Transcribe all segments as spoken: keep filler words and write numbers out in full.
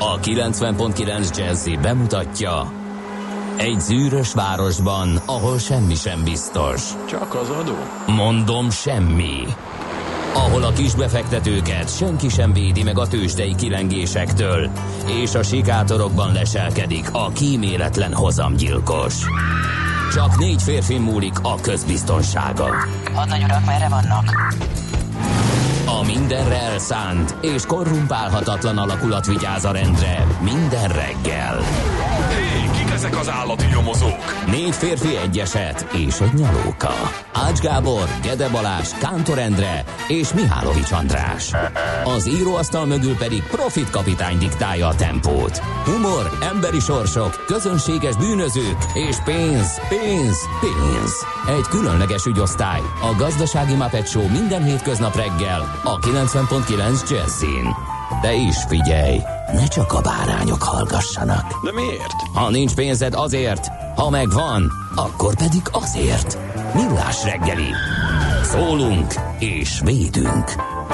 A kilencven pont kilenc Jazzy bemutatja: egy zűrös városban, ahol semmi sem biztos. Csak az adó? Mondom, semmi. Ahol a kisbefektetőket senki sem védi meg a tőzsdei kilengésektől, és a sikátorokban leselkedik a kíméletlen hozamgyilkos. Csak négy férfi múlik a közbiztonsága. Hadnagy urak, merre vannak? A mindenre elszánt és korrumpálhatatlan alakulat vigyáz a rendre minden reggel. Hé, kik ezek az állati nyomozók? Négy férfi, egy eset és egy nyalóka. Ács Gábor, Gede Balázs, Kántor Endre és Mihálovics András. Az íróasztal mögül pedig Profit kapitány diktálja a tempót. Humor, emberi sorsok, közönséges bűnözők és pénz, pénz, pénz. Egy különleges ügyosztály, a Gazdasági Muppet Show minden hétköznap reggel a kilencven pont kilenc Jazzin. De is figyelj, ne csak a bárányok hallgassanak. De miért? Ha nincs pénzed, azért, ha megvan, akkor pedig azért. Millás reggeli. Szólunk és védünk.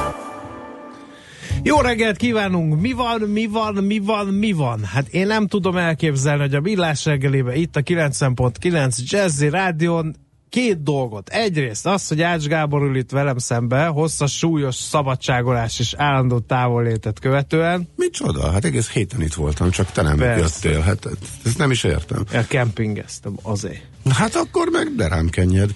Jó reggelt kívánunk! Mi van, mi van, mi van, mi van? Hát én nem tudom elképzelni, hogy a Millás reggeliben itt a kilencven pont kilenc Jazzy Rádión két dolgot. Egyrészt az, hogy Ács Gábor ül itt velem szembe, hosszas, súlyos szabadságolás és állandó távollétet követően. Micsoda? Hát egész héten itt voltam, csak te nem Persze. jöttél. Hát ezt nem is értem. Ja, kempingeztem azért. Hát akkor meg de rám kenjed.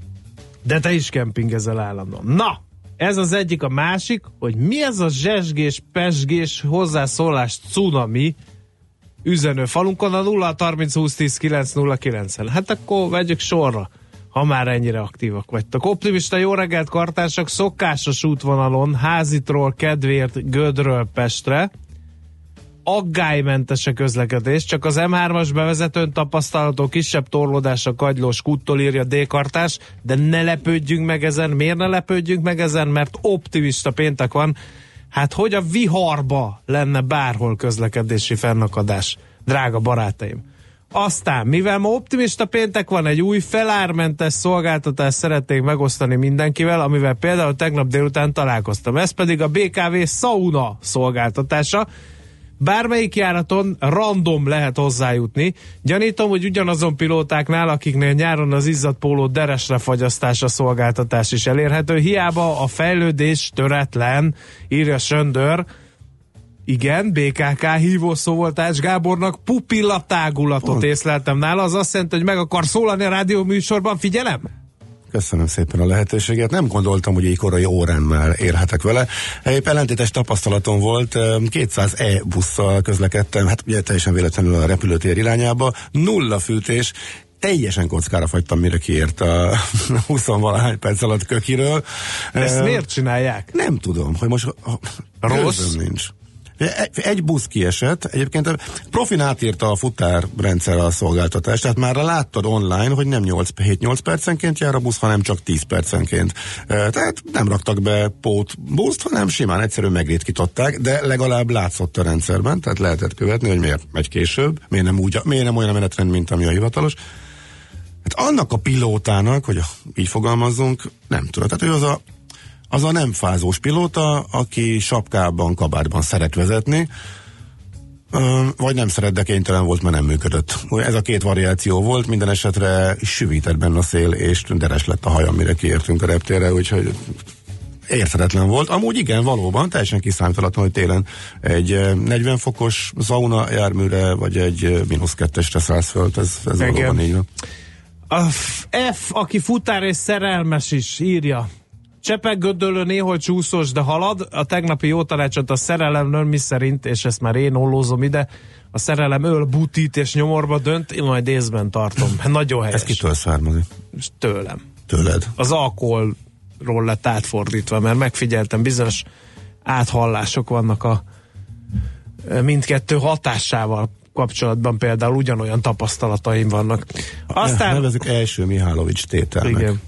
De te is kempingezel állandóan. Na! Ez az egyik, a másik, hogy mi ez a zsesgés, pesgés, hozzászólás cunami üzenő falunkon a nulla harminc húsz tíz kilenc nulla kilenc-en. Hát akkor vegyük sorra, ha már ennyire aktívak vagytok. Optimista jó reggelt, kartársak, szokásos útvonalon, Házitról, Kedvért, Gödről, Pestre. Aggálymentes a közlekedés, csak az em hármas bevezetőn tapasztalható kisebb torlódás a Kagylós kúttól, írja D-kartás, de ne lepődjünk meg ezen. Miért ne lepődjünk meg ezen? Mert optimista péntek van. Hát hogy a viharba lenne bárhol közlekedési fennakadás, drága barátaim. Aztán, mivel ma optimista péntek van, egy új felármentes szolgáltatást szeretnék megosztani mindenkivel, amivel például tegnap délután találkoztam. Ez pedig a bé ká vé Sauna szolgáltatása. Bármelyik járaton random lehet hozzájutni. Gyanítom, hogy ugyanazon pilótáknál, akiknél nyáron az izzadt póló deresre fagyasztása szolgáltatás is elérhető. Hiába a fejlődés töretlen, írja Söndör. Igen, bé ká ká hívószó volt Ács Gábornak, pupillatágulatot Pont. észleltem nála. Az azt jelenti, hogy meg akar szólalni a rádió műsorban. Figyelem! Köszönöm szépen a lehetőséget. Nem gondoltam, hogy egy korai óránál érhetek vele. Épp ellentétes tapasztalatom volt. kétszáz e-busszal közlekedtem, hát ugye teljesen véletlenül a repülőtér irányába. Nulla fűtés. Teljesen kockára fagytam, mire kiért a húsz-valahány perc alatt Kökiről. Ezt uh, miért csinálják? Nem tudom, hogy most rossz nincs. Egy busz kiesett, egyébként profin átírta a futárrendszer a szolgáltatást, tehát már láttad online, hogy nem hét-nyolc percenként jár a busz, hanem csak tíz percenként. Tehát nem raktak be pót buszt, hanem simán egyszerűen megritkították, de legalább látszott a rendszerben, tehát lehetett követni, hogy miért megy később, miért nem, úgy, miért nem olyan a menetrend, mint ami a hivatalos. Hát annak a pilótának, hogy így fogalmazzunk, nem tudom, tehát hogy az a az a nem fázós pilóta, aki sapkában, kabátban szeret vezetni, vagy nem szeret, de kénytelen volt, mert nem működött. Ez a két variáció volt, minden esetre süvített benne a szél, és deres lett a hajam, mire kiértünk a reptérre, úgyhogy érthetetlen volt. Amúgy igen, valóban, teljesen kiszámítalatlan, hogy télen egy negyven fokos sauna járműre, vagy egy mínusz kettesre szállsz föl, ez, ez valóban így van. A F, aki futár és szerelmes is, írja. Csepeg-gödöllő néhol csúszós, de halad. A tegnapi jó tanácsot a szerelemről, mi szerint, és ezt már én ollózom ide, a szerelem öl, butít és nyomorba dönt, én majd észben tartom. Nagyon helyes. Ez kitől származik? Tőlem. Tőled? Az alkoholról lett átfordítva, mert megfigyeltem, bizonyos áthallások vannak a mindkettő hatásával kapcsolatban, például ugyanolyan tapasztalataim vannak. Aztán... Nevezzük első Mihálovics tételnek. Igen.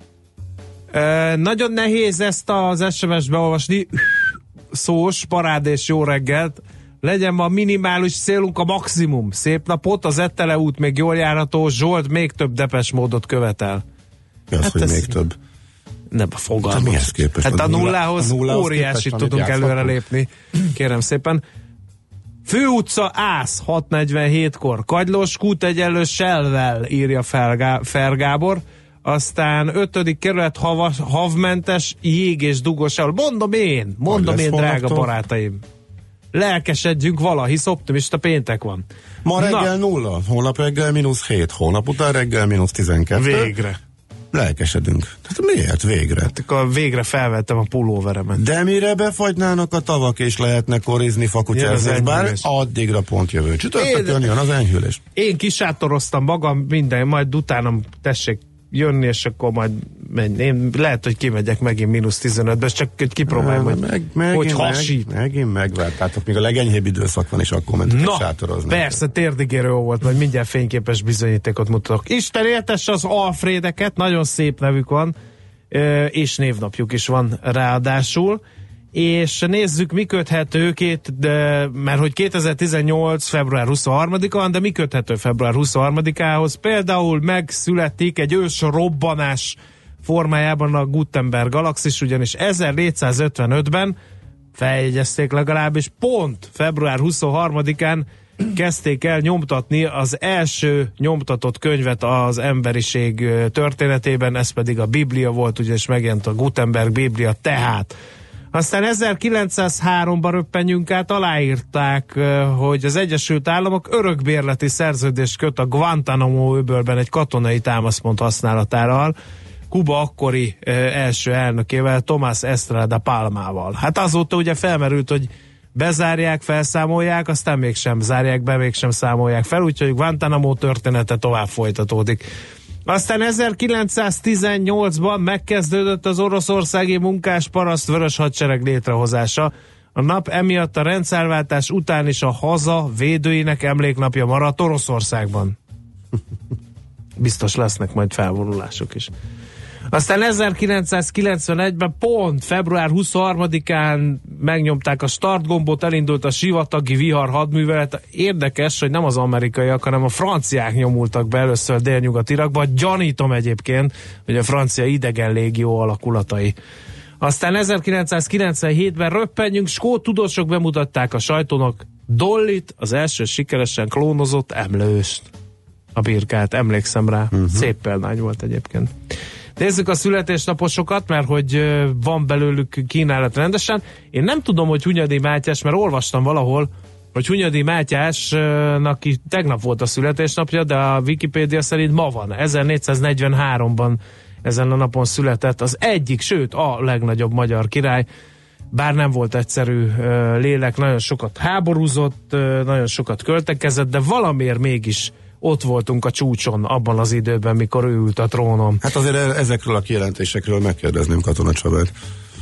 Uh, nagyon nehéz ezt az es em es beolvasni. Szós, parád és jó reggelt. Legyen ma minimális célunk a maximum. Szép napot, az Ettele út még jól járható. Zsolt még több Depes módot követel. Mi az, hát hogy még több? Nem a fogalmaz. Mihez képest? Hát a nullához, a nullához óriásit tudunk előrelépni. Kérem szépen. Főutca Ász hatszáznegyvenhétkor, Kagylós kút egyenlő Selvel, írja Fergá, Fergábor. Aztán ötödik kerület havas, havmentes jég és dugos. Mondom én, mondom én, drága holnaptól? Barátaim. Lelkesedjünk vala, hisz optimista péntek van. Ma reggel Na. nulla, holnap reggel mínusz hét, hónap után reggel mínusz tizenkettő. Végre. Lelkesedünk. Tehát miért végre? Hát akkor végre felvettem a pulóveremet. De mire befagynának a tavak és lehetne korizni, fakucsázni, bár addigra pont jövő. Csütörtökön jön az enyhülés. Én kisátoroztam magam, minden, majd utánam tessék jönni, és akkor majd menj. Én lehet, hogy kimegyek megint mínusz tizenötbe, és csak kipróbálom, hogy, meg, megint, hogy hasít. Meg, megint megvártátok, még a legenyhébb időszak van, és akkor mentek Na, sátorozni. Persze, térdigérő volt, majd mindjárt fényképes bizonyítékot mutatok. Isten éltesse az Alfrédeket, nagyon szép nevük van, és névnapjuk is van ráadásul. És nézzük, mi köthető, két, de, mert hogy kétezer-tizennyolc. február huszonharmadika van, de mi köthető február huszonharmadikához? Például megszületik egy ős robbanás formájában a Gutenberg galaxis, ugyanis ezernégyszázötvenötben feljegyezték legalábbis, pont február huszonharmadikán kezdték el nyomtatni az első nyomtatott könyvet az emberiség történetében, ez pedig a Biblia volt, ugye, és megjelent a Gutenberg Biblia, tehát aztán ezerkilencszázháromban röppenjünk át, aláírták, hogy az Egyesült Államok örökbérleti szerződést köt a Guantánamo öbölben egy katonai támaszpont használatára, Kuba akkori első elnökével, Tomás Estrada Palmával. Hát azóta ugye felmerült, hogy bezárják, felszámolják, aztán mégsem zárják be, mégsem számolják fel, úgyhogy Guantánamo története tovább folytatódik. Aztán ezerkilencszáztizennyolcban megkezdődött az oroszországi munkásparaszt vörös hadsereg létrehozása. A nap emiatt a rendszerváltás után is a haza védőinek emléknapja maradt Oroszországban. Biztos lesznek majd felvonulások is. Aztán ezerkilencszázkilencvenegyben pont február huszonharmadikán megnyomták a startgombot, elindult a sivatagi vihar hadművelet. Érdekes, hogy nem az amerikaiak, hanem a franciák nyomultak be először délnyugat Irakba. Gyanítom egyébként, hogy a francia idegen légió alakulatai. Aztán ezerkilencszázkilencvenhétben röppenjünk, skót tudósok bemutatták a sajtónak Dollit, az első sikeresen klónozott emlőst. A birkát, emlékszem rá. Uh-huh. Szép példány volt egyébként. Nézzük a születésnaposokat, mert hogy van belőlük kínálat rendesen. Én nem tudom, hogy Hunyadi Mátyás, mert olvastam valahol, hogy Hunyadi Mátyásnak tegnap volt a születésnapja, de a Wikipédia szerint ma van. ezernégyszáznegyvenháromban ezen a napon született az egyik, sőt a legnagyobb magyar király. Bár nem volt egyszerű lélek, nagyon sokat háborúzott, nagyon sokat költekezett, de valamiért mégis ott voltunk a csúcson abban az időben, mikor ő ült a trónon. Hát azért ezekről a kijelentésekről megkérdezném Katona Csabát.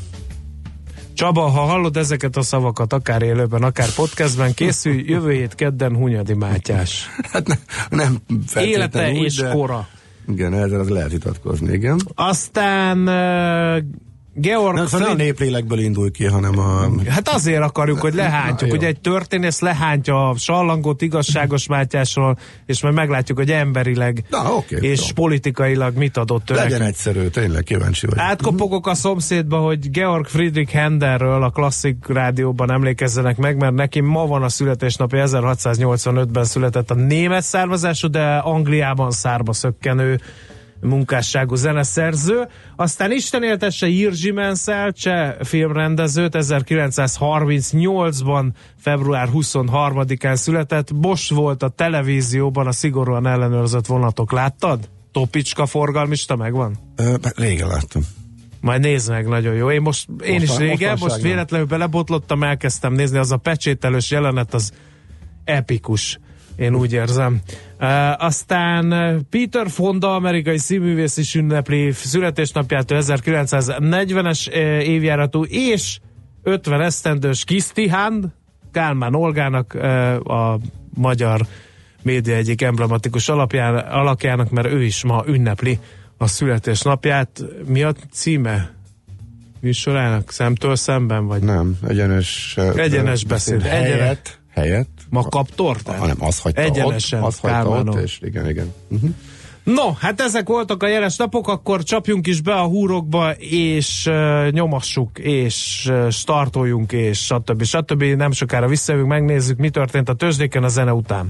Csaba, ha hallod ezeket a szavakat, akár élőben, akár podcastben, készülj, jövő hét kedden Hunyadi Mátyás. Hát ne, nem feltétlenül élete úgy, és de... kora. Igen, ezzel az lehet vitatkozni, igen. Aztán uh, Georg... Nem, szóval Fried... a néplélekből indul ki, hanem a... Hát azért akarjuk, hogy lehántjuk, hogy egy történész lehántja a sallangot igazságos Mátyásról, és majd meglátjuk, hogy emberileg Na, okay, és jó. politikailag mit adott ő. Legyen egyszerű, tényleg kíváncsi vagy. Átkopogok a szomszédba, hogy Georg Friedrich Handelről a Klasszik Rádióban emlékezzenek meg, mert neki ma van a születésnapja, ezerhatszáznyolcvanötben született, a német származású, de Angliában szárba szökkenő munkásságú zeneszerző. Aztán Isten éltesse Jirzsi Menzel, cseh filmrendezőt, ezerkilencszázharmincnyolcban február huszonharmadikán született. Most volt a televízióban a szigorúan ellenőrzött vonatok. Láttad? Topicska forgalmista megvan? Ö, régen láttam. Majd nézd meg, nagyon jó. Én most, én most is régen, most véletlenül belebotlottam, elkezdtem nézni, az a pecsételős jelenet, az epikus. Én úgy érzem. Uh, aztán Peter Fonda, amerikai színművész is ünnepli születésnapjától ezerkilencszáznegyvenes uh, évjáratú, és ötven esztendős Kisztihand, Kálmán Olgának, uh, a magyar média egyik emblematikus alapján, alakjának, mert ő is ma ünnepli a születésnapját. Mi a címe műsorának? Szemtől szemben? Vagy? Nem, egyenes egyenes beszéd. beszéd. Helyett, helyett. Ma kap tortát? Hanem az hagyta egyenesen, ott, az hagyta ott, és igen, igen. Uh-huh. No, hát ezek voltak a jeles napok, akkor csapjunk is be a húrokba, és uh, nyomassuk, és uh, startoljunk, és stb. stb. Nem sokára visszajövünk, megnézzük, mi történt a tőzsdéken a zene után.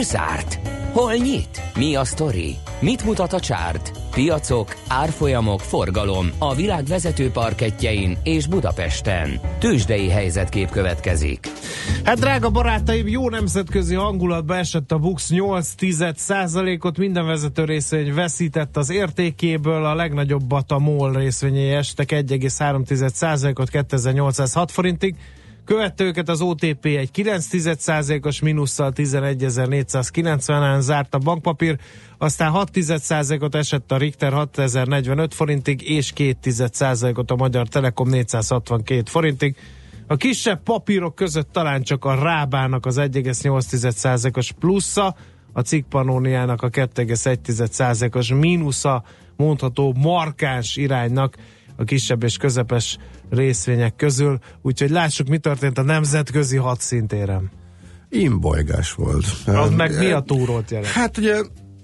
zárt? Hol nyit? Mi a sztori? Mit mutat a csárt? Piacok, árfolyamok, forgalom a világ vezető parkettjein és Budapesten. Tőzsdei helyzetkép következik. Hát drága barátaim, jó nemzetközi hangulatba esett a BUX nyolc tized százalékot, minden vezető részvény veszített az értékéből, a legnagyobbat a MOL részvényei estek egy egész három tized százalékot kétezer-nyolcszázhat forintig, követte őket az o té pé egy kilenc tized százalékos mínusszal tizenegyezer-négyszázkilencvenen zárt a bankpapír, aztán hat tized százalékot esett a Richter hatezer-negyvenöt forintig, és két tized százalékot a Magyar Telekom négyszázhatvankét forintig. A kisebb papírok között talán csak a Rábának az egy egész nyolc tized százalékos plusza, a Cikk Pannoniának a két egész egy tized százalékos mínusza mondható markáns iránynak a kisebb és közepes részvények közül, úgyhogy lássuk, mi történt a nemzetközi hadszintéren. Imbolygás volt. Az meg mi a túrót jelent? Hát ugye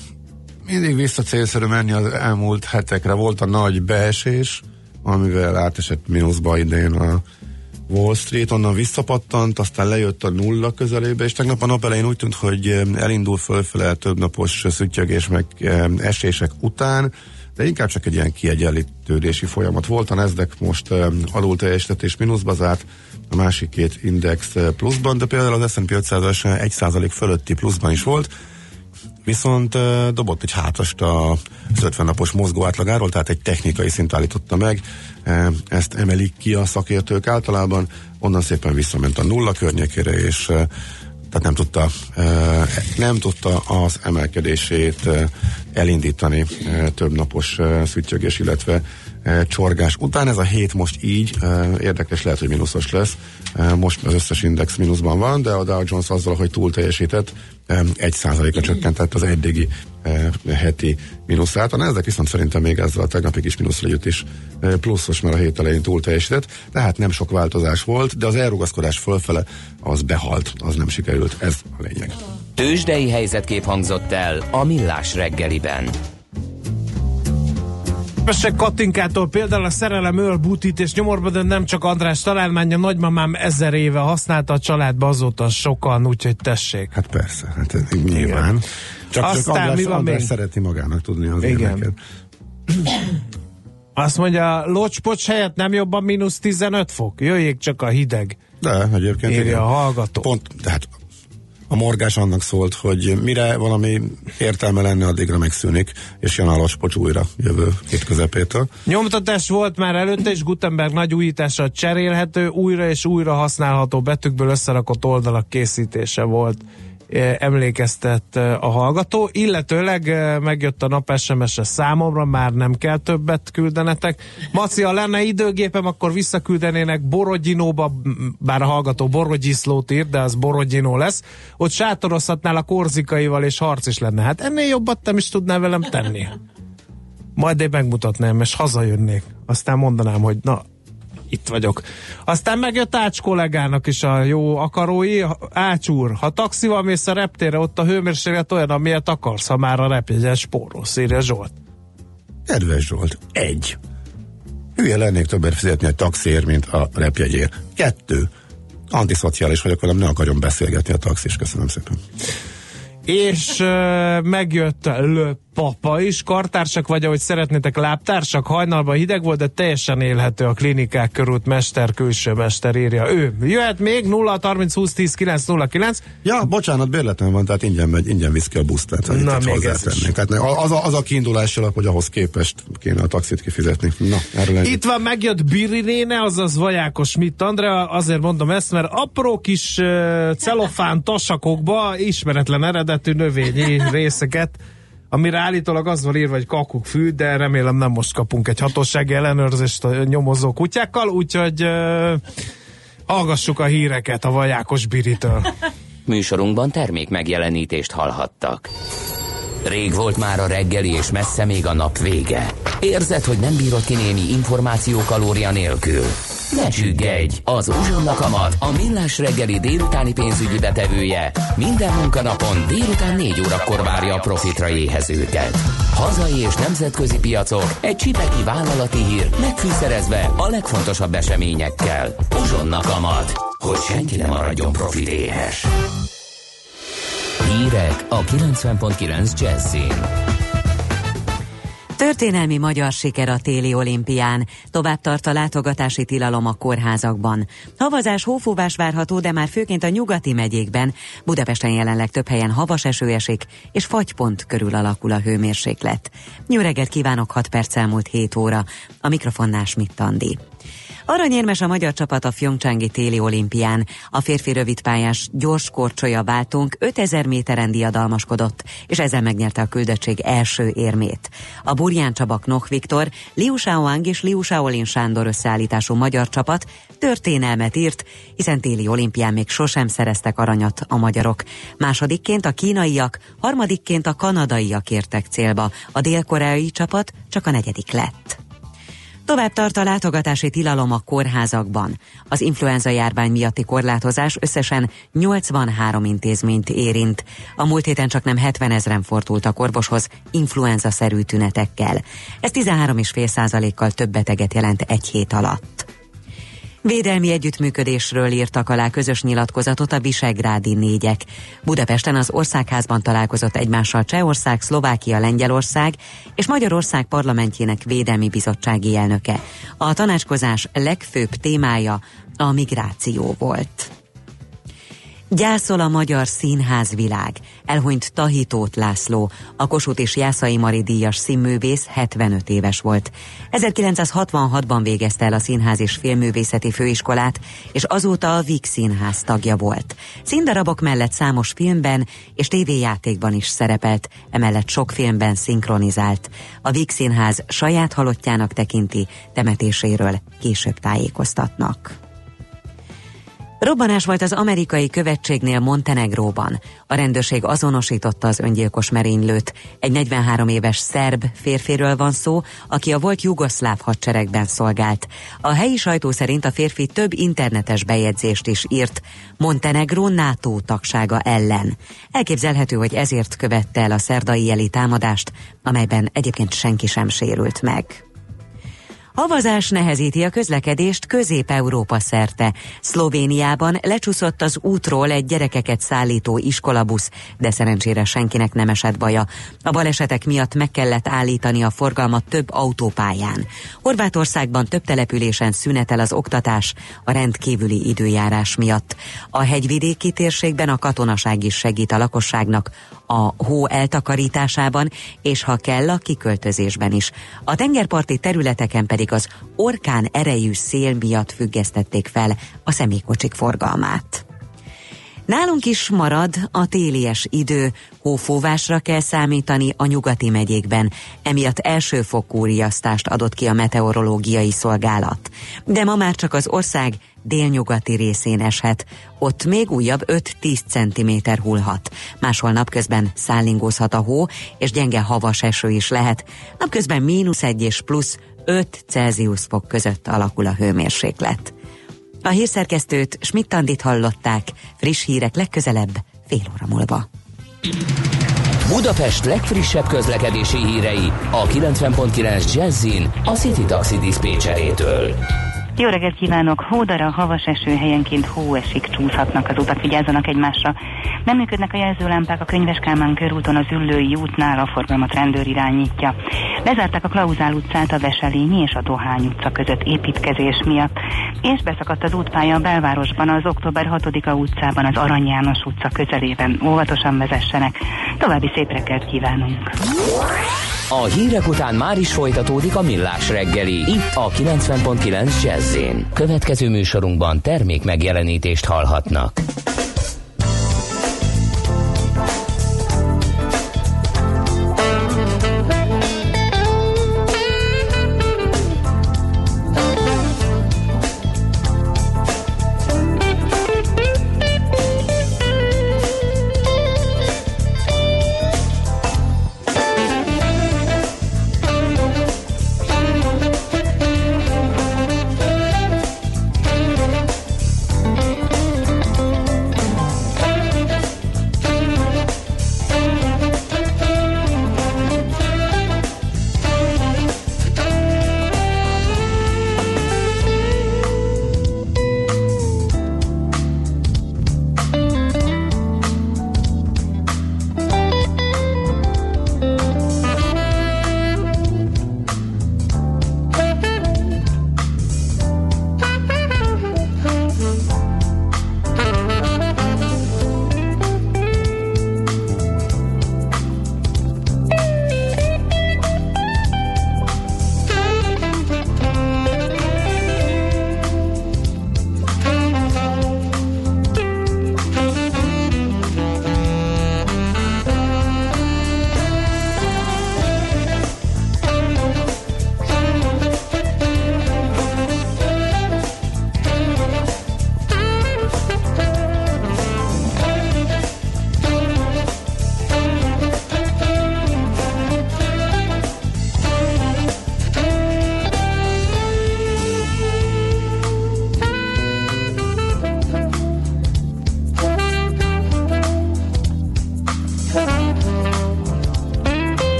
mindig vissza célszerű menni az elmúlt hetekre. Volt a nagy beesés, amivel átesett mínuszba idén a Wall Street, onnan visszapattant, aztán lejött a nulla közelébe, és tegnap a nap elején úgy tűnt, hogy elindul fölfele több napos szüttyögés meg esések után, de inkább csak egy ilyen kiegyenlítődési folyamat volt. A Nasdaq most alul teljesített és mínuszba zárt, a másik két index pluszban, de például az es and pé ötszázas egy százalék fölötti pluszban is volt, viszont uh, dobott egy hátast az ötven napos mozgó átlagáról, tehát egy technikai szint állította meg, uh, ezt emelik ki a szakértők általában, onnan szépen visszament a nulla környékére, és uh, tehát nem tudta, uh, nem tudta az emelkedését uh, elindítani uh, több napos uh, szüttyögés, illetve uh, csorgás után. Ez a hét most így uh, érdekes, lehet, hogy mínuszos lesz. Uh, most az összes index mínuszban van, de a Dow Jones azzal, hogy túl teljesített, egy százaléka csökkentett az eddigi eh, heti mínuszát. A Nasdaq viszont szerintem még ezzel a tegnapig is mínuszra jött is eh, pluszos, mert a hét elején túl teljesített, tehát nem sok változás volt, de az elrugaszkodás fölfele az behalt, az nem sikerült, ez a lényeg. Tőzsdei helyzetkép hangzott el a Millás reggeliben. Pessek Katinkától például a szerelem öl, butít és nyomorba, de nem csak András találmánya, nagymamám ezer éve használta, a családba azóta sokan, úgyhogy tessék. Hát persze, hát ez nyilván. Csak, Aztán csak András, mi van András még? szereti magának tudni az Igen. éneket. Azt mondja, locspocs helyett nem jobban mínusz tizenöt fok? Jöjjék csak a hideg. De egyébként Írja igen. a hallgató. Pont, tehát a morgás annak szólt, hogy mire valami értelme lenne, addigra megszűnik, és jön a locspocs újra jövő hét közepétől. Nyomtatás volt már előtte, és Gutenberg nagy újítása cserélhető, újra és újra használható betűkből összerakott oldalak készítése volt, emlékeztet a hallgató, illetőleg megjött a nap es em es-e számomra, már nem kell többet küldenetek. Maci, ha lenne időgépem, akkor visszaküldenének Borodinóba, bár a hallgató Borodyiszlót ír, de az Borodinó lesz, ott sátorozhatnál a korzikaival, és harc is lenne. Hát ennél jobbat nem is tudnál velem tenni. Majd én megmutatnám, és hazajönnék. Aztán mondanám, hogy na, itt vagyok. Aztán megjött Ács kollégának is a jó akarói. Ács úr, ha taxival mész a reptérre, ott a hőmérséklet olyan, amilyet akarsz, ha már a repjegyen spórolsz, írja Zsolt. Kedves Zsolt, egy. Hülye lennék többet fizetni egy taxiért, mint a repjegyért. Kettő. Antiszociális vagyok velem, ne akarjon beszélgetni a taxis. Köszönöm szépen. És uh, megjött Le Papa is, kartársak vagy, ahogy szeretnétek, lábtársak, hajnalban hideg volt, de teljesen élhető a klinikák körút, mester, külső mester, írja ő. Jöhet még nulla harminc húsz tíz kilenc nulla kilenc. Ja, bocsánat, bérletem van, tehát ingyen megy, ingyen visz ki a buszt, tehát Na, itt még ez is. Tehát az a, az a kiindulási alap, hogy ahhoz képest kéne a taxit kifizetni. Na, erről ennyi. Itt van, megjött Biri néne, azaz Vajákos Schmidt Andrea, azért mondom ezt, mert apró kis uh, celofán tasakokba ismeretlen eredetű növényi részeket, amire állítólag az van írva, hogy kakukkfű, de remélem nem most kapunk egy hatósági ellenőrzést a nyomozó kutyákkal, úgyhogy uh, hallgassuk a híreket a Vajákos Biritől. Műsorunkban termék megjelenítést hallhattak. Rég volt már a reggeli, és messze még a nap vége. Érzed, hogy nem bírod ki némi információ kalória nélkül? Ne csüggedj! Az Uzsonna Kamat, a Millás reggeli délutáni pénzügyi betevője minden munkanapon délután négy órakor várja a profitra éhezőket. Hazai és nemzetközi piacok, egy csipeki vállalati hír, megfűszerezve a legfontosabb eseményekkel. Uzsonna Kamat, hogy senki ne maradjon profit éhes. Hírek a kilencven pont kilenc Jazzin. Történelmi magyar siker a téli olimpián, tovább tart a látogatási tilalom a kórházakban. Havazás, hófúvás várható, de már főként a nyugati megyékben. Budapesten jelenleg több helyen havas eső esik, és fagypont körül alakul a hőmérséklet. Jó reggelt kívánok, hat perc elmúlt hét óra. A mikrofonnál Schmidt Andi. Aranyérmes a magyar csapat a pjongcsangi téli olimpián. A férfi rövidpályás gyors korcsolya váltónk ötezer méteren diadalmaskodott, és ezzel megnyerte a küldöttség első érmét. A Burján Csaba, Knoch Viktor, Liu Shaoang és Liu Shaolin Sándor összeállítású magyar csapat történelmet írt, hiszen téli olimpián még sosem szereztek aranyat a magyarok. Másodikként a kínaiak, harmadikként a kanadaiak értek célba, a dél-koreai csapat csak a negyedik lett. Tovább tart a látogatási tilalom a kórházakban. Az influenza járvány miatti korlátozás összesen nyolcvanhárom intézményt érint. A múlt héten csak nem hetvenezren fordultak orvoshoz influenza-szerű tünetekkel. Ez tizenhárom egész öt százalékkal több beteget jelent egy hét alatt. Védelmi együttműködésről írtak alá közös nyilatkozatot a visegrádi négyek. Budapesten az Országházban találkozott egymással Csehország, Szlovákia, Lengyelország és Magyarország parlamentjének védelmi bizottsági elnöke. A tanácskozás legfőbb témája a migráció volt. Gyászol a magyar színházvilág. Elhunyt Tahi Tóth László, a Kossuth és Jászai Mari díjas színművész, hetvenöt éves volt. ezerkilencszázhatvanhatban végezte el a Színház és Filmművészeti Főiskolát, és azóta a Víg Színház tagja volt. Színdarabok mellett számos filmben és tévéjátékban is szerepelt, emellett sok filmben szinkronizált. A Víg Színház saját halottjának tekinti, temetéséről később tájékoztatnak. Robbanás volt az amerikai követségnél Montenegróban. A rendőrség azonosította az öngyilkos merénylőt. Egy negyvenhárom éves szerb férfiről van szó, aki a volt jugoszláv hadseregben szolgált. A helyi sajtó szerint a férfi több internetes bejegyzést is írt Montenegró NATO tagsága ellen. Elképzelhető, hogy ezért követte el a szerdai éjjeli támadást, amelyben egyébként senki sem sérült meg. Havazás nehezíti a közlekedést Közép-Európa szerte. Szlovéniában lecsúszott az útról egy gyerekeket szállító iskolabusz, de szerencsére senkinek nem esett baja. A balesetek miatt meg kellett állítani a forgalmat több autópályán. Horvátországban több településen szünetel az oktatás a rendkívüli időjárás miatt. A hegyvidéki térségben a katonaság is segít a lakosságnak a hó eltakarításában, és ha kell, a kiköltözésben is. A tengerparti területeken pedig az orkán erejű szél miatt függesztették fel a személykocsik forgalmát. Nálunk is marad a télies idő, hófúvásra kell számítani a nyugati megyékben, emiatt elsőfokú riasztást adott ki a meteorológiai szolgálat. De ma már csak az ország délnyugati részén eshet, ott még újabb öt-tíz centiméter hullhat. Máshol napközben szállingózhat a hó, és gyenge havas eső is lehet. Napközben mínusz egy és plusz öt Celsius fok között alakul a hőmérséklet. A hírszerkesztőt, Schmidt Andit hallották, friss hírek legközelebb fél óra múlva. Budapest legfrissebb közlekedési hírei a kilencven pont kilenc Jazzin a City Taxi diszpécserétől. Jó reggelt kívánok! Hódara, havas eső, helyenként hó esik, csúszhatnak az utak, vigyázzanak egymásra. Nem működnek a jelzőlámpák a Könyves Kálmán körúton, az Üllői útnál, a forgalmat rendőr irányítja. Bezárták a Klauzál utcát a Veselényi és a Dohány utca között építkezés miatt, és beszakadt az útpálya a belvárosban, az október hatodika utcában, az Arany János utca közelében. Óvatosan vezessenek. További szép reggelt kívánunk! A hírek után már is folytatódik a Millás reggeli, itt a kilencven pont kilenc Jazzin. Következő műsorunkban termék megjelenítést hallhatnak.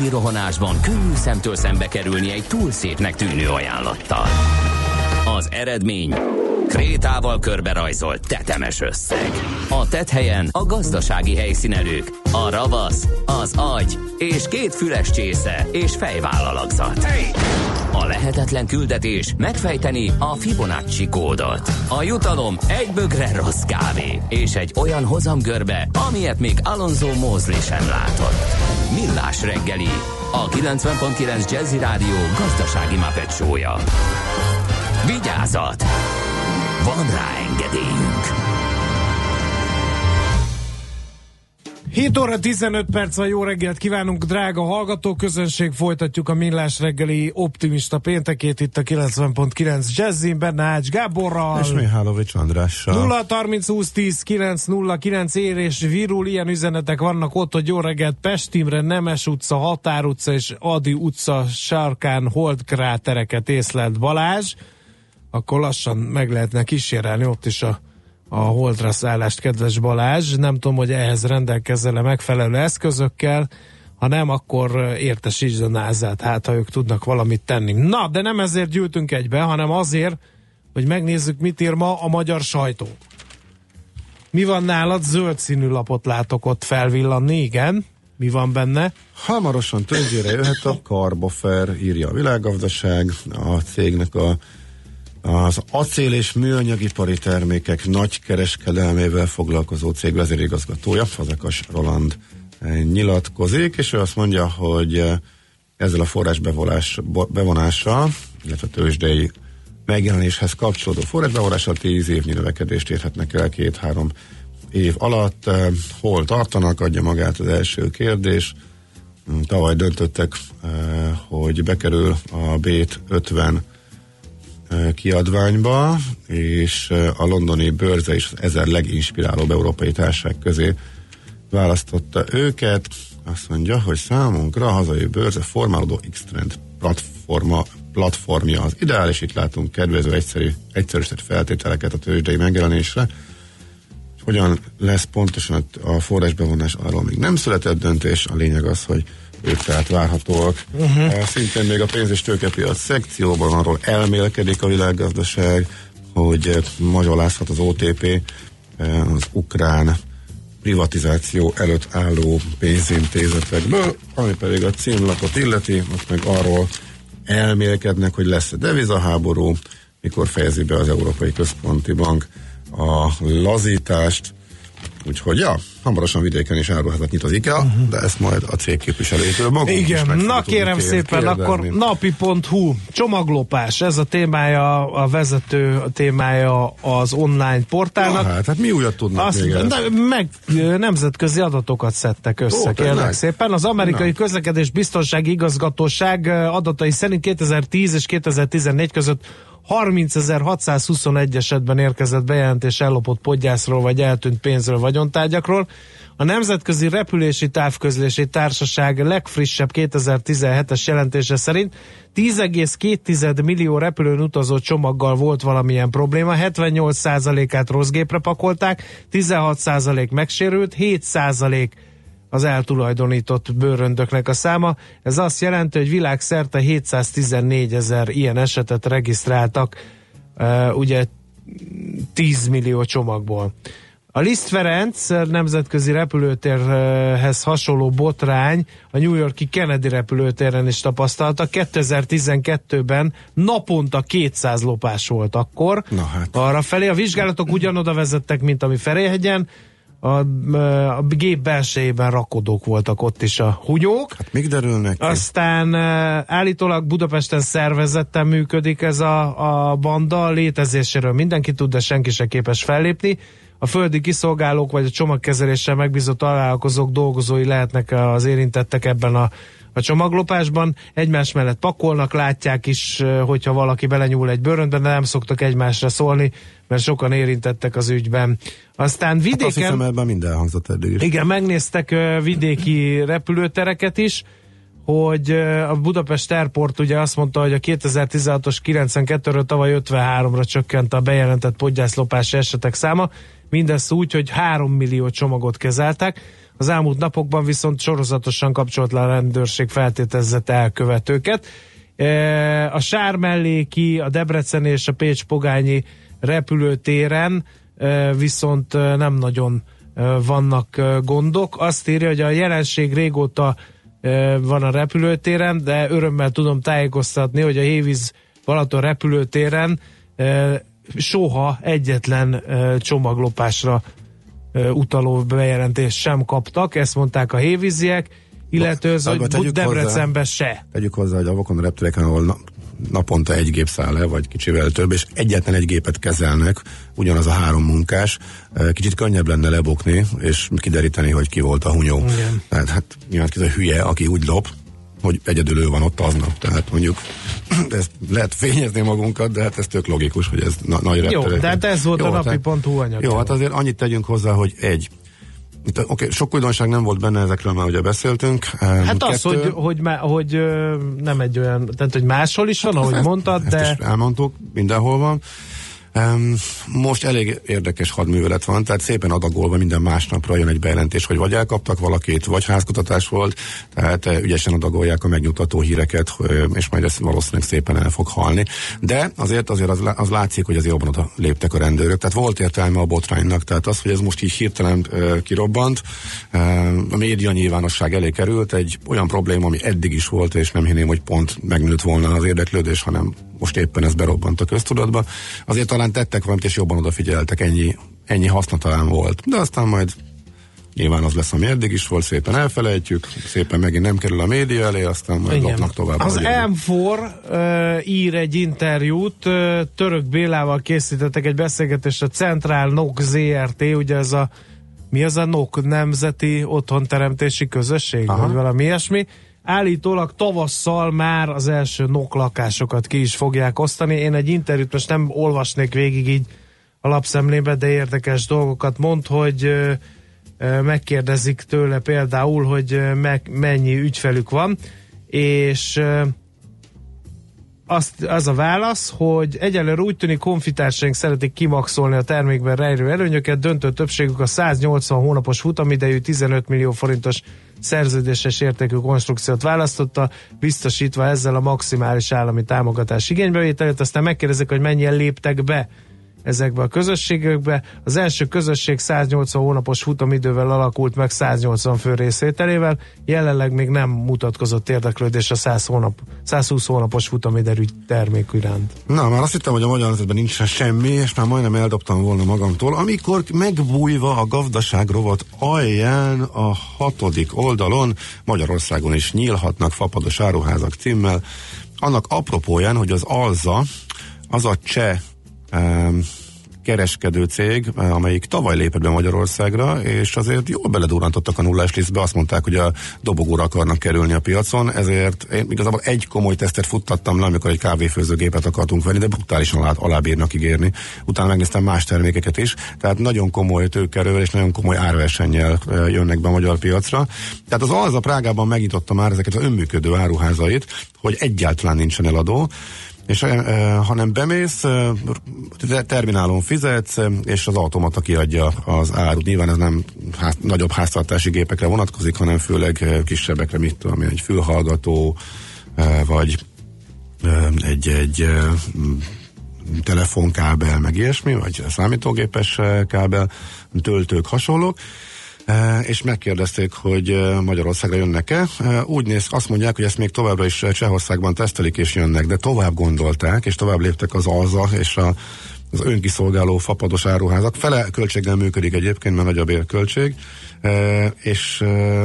reggeli rohanásban könnyű szemtől szembe kerülni egy túl szépnek tűnő ajánlattal. Az eredmény... krétával körberajzolt tetemes összeg. A tetthelyen a gazdasági helyszínelők, a ravasz, az agy és két füles csésze és fejvállalakzat. A lehetetlen küldetés megfejteni a Fibonacci kódot. A jutalom egy bögre rossz kávé és egy olyan hozamgörbe, amilyet még Alonso Mosley sem látott. Millás reggeli, a kilencven pont kilenc Jazzy Rádió gazdasági Muppet show-ja. Vigyázat! Van rá engedélyünk. hét óra tizenöt perc a jó reggelt kívánunk, drága hallgató közönség, folytatjuk a Millás reggeli optimista péntekét itt a kilencven pont kilenc Jazzin, benne Ács Gáborral és Mihálovics Andrással. nulla harminc húsz tíz kilenc nulla kilenc ér és virul, ilyen üzenetek vannak ott, hogy jó reggelt Pest Imre, Nemes utca, Határ utca és Adi utca sarkán holdkrátereket észlelt Balázs. Akkor lassan meg lehetne kísérelni ott is a, a holdra szállást, kedves Balázs. Nem tudom, hogy ehhez rendelkezzel-e megfelelő eszközökkel, ha nem, akkor értesítsd a názát, hát ha ők tudnak valamit tenni. Na, de nem ezért gyűltünk egybe, hanem azért, hogy megnézzük, mit ír ma a magyar sajtó. Mi van nálad? Zöld színű lapot látok ott felvillanni, igen. Mi van benne? Hamarosan tőzsdére jöhet a Carbofer, írja a Világgazdaság, a cégnek a az acél és műanyagipari termékek nagy kereskedelmével foglalkozó cég vezérigazgatója, Fazekas Roland nyilatkozik, és ő azt mondja, hogy ezzel a forrás bevonás, bevonással, illetve tőzsdei megjelenéshez kapcsolódó forrásbevonással tíz évnyi növekedést érhetnek el két-három év alatt. Hol tartanak, adja magát az első kérdés. Tavaly döntöttek, hogy bekerül a Bét ötven kiadványba, és a londoni bőrze is az ezer leginspirálóbb európai társaság közé választotta őket. Azt mondja, hogy számunkra a hazai bőrze formálódó X-Trend platforma, platformja az ideális, itt látunk kedvező egyszerű, egyszerűsített feltételeket a tőzsdei megjelenésre. Hogyan lesz pontosan a forrásbevonás, arról még nem született döntés, a lényeg az, hogy ők tehát várhatóak. Uh-huh. Szintén még a pénz- és tőkepiac szekcióban arról elmélkedik a Világgazdaság, hogy mazsolázhat az o té pé az ukrán privatizáció előtt álló pénzintézetekből, ami pedig a címlapot illeti, ott meg arról elmélkednek, hogy lesz a devizaháború, mikor fejezi be az Európai Központi Bank a lazítást. Úgyhogy, ja, hamarosan vidéken is áruházat nyit az IKEA, uh-huh. de ezt majd a cég képviselőjétől magunk. Igen, na kérem kér, szépen, kérdezni. Akkor napi pont hu, csomaglopás, ez a témája, a vezető témája az online portálnak. Ah, hát, hát mi újat tudnak Azt, még de meg nemzetközi adatokat szedtek össze, Ó, kérlek szépen. Az amerikai na. közlekedés biztonsági igazgatóság adatai szerint kétezer-tíz és kétezer-tizennégy között harmincezer-hatszázhuszonegy esetben érkezett bejelentés ellopott podgyászról vagy eltűnt pénzről, vagyontárgyakról. A Nemzetközi Repülési Távközlési Társaság legfrissebb kétezer-tizenhetes jelentése szerint tíz egész két millió repülőn utazó csomaggal volt valamilyen probléma, hetvennyolc százalékát rossz gépre pakolták, tizenhat százalék megsérült, hét százalék az eltulajdonított bőröndöknek a száma. Ez azt jelenti, hogy világszerte hétszáztizennégy ezer ilyen esetet regisztráltak, uh, ugye tíz millió csomagból. A Liszt Ferenc nemzetközi repülőtérhez hasonló botrány a New York-i Kennedy repülőtéren is tapasztalta. kétezer-tizenkettőben naponta kétszáz lopás volt akkor. Na hát. Arra felé a vizsgálatok ugyanoda vezettek, mint ami Ferihegyen. A, a gép belsejében rakodók voltak ott is a hunyók. Hát még derülnek ki. Aztán állítólag Budapesten szervezetten működik ez a, a banda, a létezéséről mindenki tud, de senki se képes fellépni. A földi kiszolgálók vagy a csomagkezeléssel megbízott vállalkozók dolgozói lehetnek az érintettek ebben a, a csomaglopásban. Egymás mellett pakolnak, látják is, hogyha valaki belenyúl egy bőröndbe, de nem szoktak egymásra szólni, mert sokan érintettek az ügyben. Aztán vidéken... Hát azt hiszem, ebben minden hangzott eddig is. Igen, megnéztek vidéki repülőtereket is, hogy a Budapest Airport ugye azt mondta, hogy a kétezer-tizenhatos kilencvenkettőről tavaly ötvenháromra csökkent a bejelentett podgyászlopási esetek száma, mindezt úgy, hogy három millió csomagot kezeltek. Az elmúlt napokban viszont sorozatosan kapcsolt le a rendőrség feltételezett elkövetőket. A Sármelléki, a Debreceni és a Pécs-Pogányi repülőtéren viszont nem nagyon vannak gondok. Azt írja, hogy a jelenség régóta van a repülőtéren, de örömmel tudom tájékoztatni, hogy a Hévíz Balaton repülőtéren soha egyetlen csomaglopásra utaló bejelentést sem kaptak, ezt mondták a hévíziek, illetve hogy Debrecenben se. Tegyük hozzá, hogy a vakon reptereken, ahol naponta egy gép száll le, vagy kicsivel több, és egyetlen egy gépet kezelnek, ugyanaz a három munkás, kicsit könnyebb lenne lebukni, és kideríteni, hogy ki volt a hunyó. Igen. Tehát hát nyilván ez a hülye, aki úgy lop, hogy egyedül ő van ott aznap. Tehát mondjuk ezt lehet fényezni magunkat, de hát ez tök logikus, hogy ez na- nagy reptereken. Jó, de hát ez volt jó, a napi tehát, pont hú anyag. Jó, hát azért annyit tegyünk hozzá, hogy egy. Oké, okay, sok újdonság nem volt benne, ezekről már ugye beszéltünk. Hát Kettő, az, hogy, hogy, má, hogy nem egy olyan, tehát hogy máshol is van, ahogy ezt, mondtad, ezt de... Ezt is elmondtuk, mindenhol van. Um, most elég érdekes hadművelet van, tehát szépen adagolva minden másnapra jön egy bejelentés, hogy vagy elkaptak valakit, vagy házkutatás volt, tehát uh, ügyesen adagolják a megnyugtató híreket, uh, és majd ez valószínűleg szépen el fog halni. De azért azért az, az látszik, hogy azért jobban oda léptek a rendőrök, tehát volt értelme a botránynak, tehát az, hogy ez most így hirtelen uh, kirobbant, uh, a média nyilvánosság elé került, egy olyan probléma, ami eddig is volt, és nem hinném, hogy pont megnőtt volna az érdeklődés, hanem most éppen ez berobbant a köztudatba. Azért talán tettek valamit, és jobban odafigyeltek, ennyi, ennyi haszna talán volt. De aztán majd nyilván az lesz, ami eddig is volt, szépen elfelejtjük, szépen megint nem kerül a média elé, aztán majd lopnak tovább. Az em négy uh, ír egy interjút, uh, Török Bélával készítettek egy beszélgetést a Centrál NOK zé er té, ugye ez a mi az a NOK, Nemzeti Otthonteremtési Közösség, aha, vagy valami ilyesmi. Állítólag tavasszal már az első NOK lakásokat ki is fogják osztani. Én egy interjút most nem olvasnék végig így a lapszemlébe, de érdekes dolgokat mond, hogy ö, ö, megkérdezik tőle például, hogy meg, mennyi ügyfelük van, és ö, azt, az a válasz, hogy egyelőre úgy tűnik, honfitársaink szeretik kimaxolni a termékben rejlő előnyöket, döntő többségük a száznyolcvan hónapos futamidejű tizenöt millió forintos szerződéses értékű konstrukciót választotta, biztosítva ezzel a maximális állami támogatás igénybevételét. Aztán megkérdezik, hogy mennyien léptek be ezekbe a közösségekbe. Az első közösség száznyolcvan hónapos futamidővel alakult meg száznyolcvan fő részvételével, jelenleg még nem mutatkozott érdeklődés a száz hónap, százhúsz hónapos futamidőű termék iránt. Na, már azt hittem, hogy a magyar nemzetben nincs semmi, és már majdnem eldobtam volna magamtól, amikor megbújva a gazdaság rovat alján a hatodik oldalon Magyarországon is nyílhatnak fapados áruházak címmel, annak apropóján, hogy az Alza, az a cseh Um, kereskedő cég, amelyik tavaly lépett be Magyarországra, és azért jól beledurrantottak a nullás lisztbe, azt mondták, hogy a dobogóra akarnak kerülni a piacon, ezért én igazából egy komoly tesztet futtattam le, amikor egy kávéfőzőgépet akartunk venni, de brutálisan alá, alábírnak ígérni. Utána megnéztem más termékeket is, tehát nagyon komoly tőkerővel és nagyon komoly árversennyel jönnek be a magyar piacra. Tehát az Alza Prágában megnyitotta már ezeket az önműködő áruházait, hogy egyáltalán nincsen eladó, és e, hanem bemész, e, terminálon fizetsz, és az automata kiadja az árut. Nyilván ez nem ház, nagyobb háztartási gépekre vonatkozik, hanem főleg kisebbekre, mit tudom, egy fülhallgató, e, vagy e, egy, egy e, telefonkábel, meg ilyesmi, vagy számítógépes kábel, töltők, hasonlók. És megkérdezték, hogy Magyarországra jönnek-e. Úgy néz, azt mondják, hogy ezt még továbbra is Csehországban tesztelik és jönnek, de tovább gondolták, és tovább léptek az Alza és a, az önkiszolgáló fapados áruházak. Fele költséggel működik egyébként, mert nagy a bérköltség, és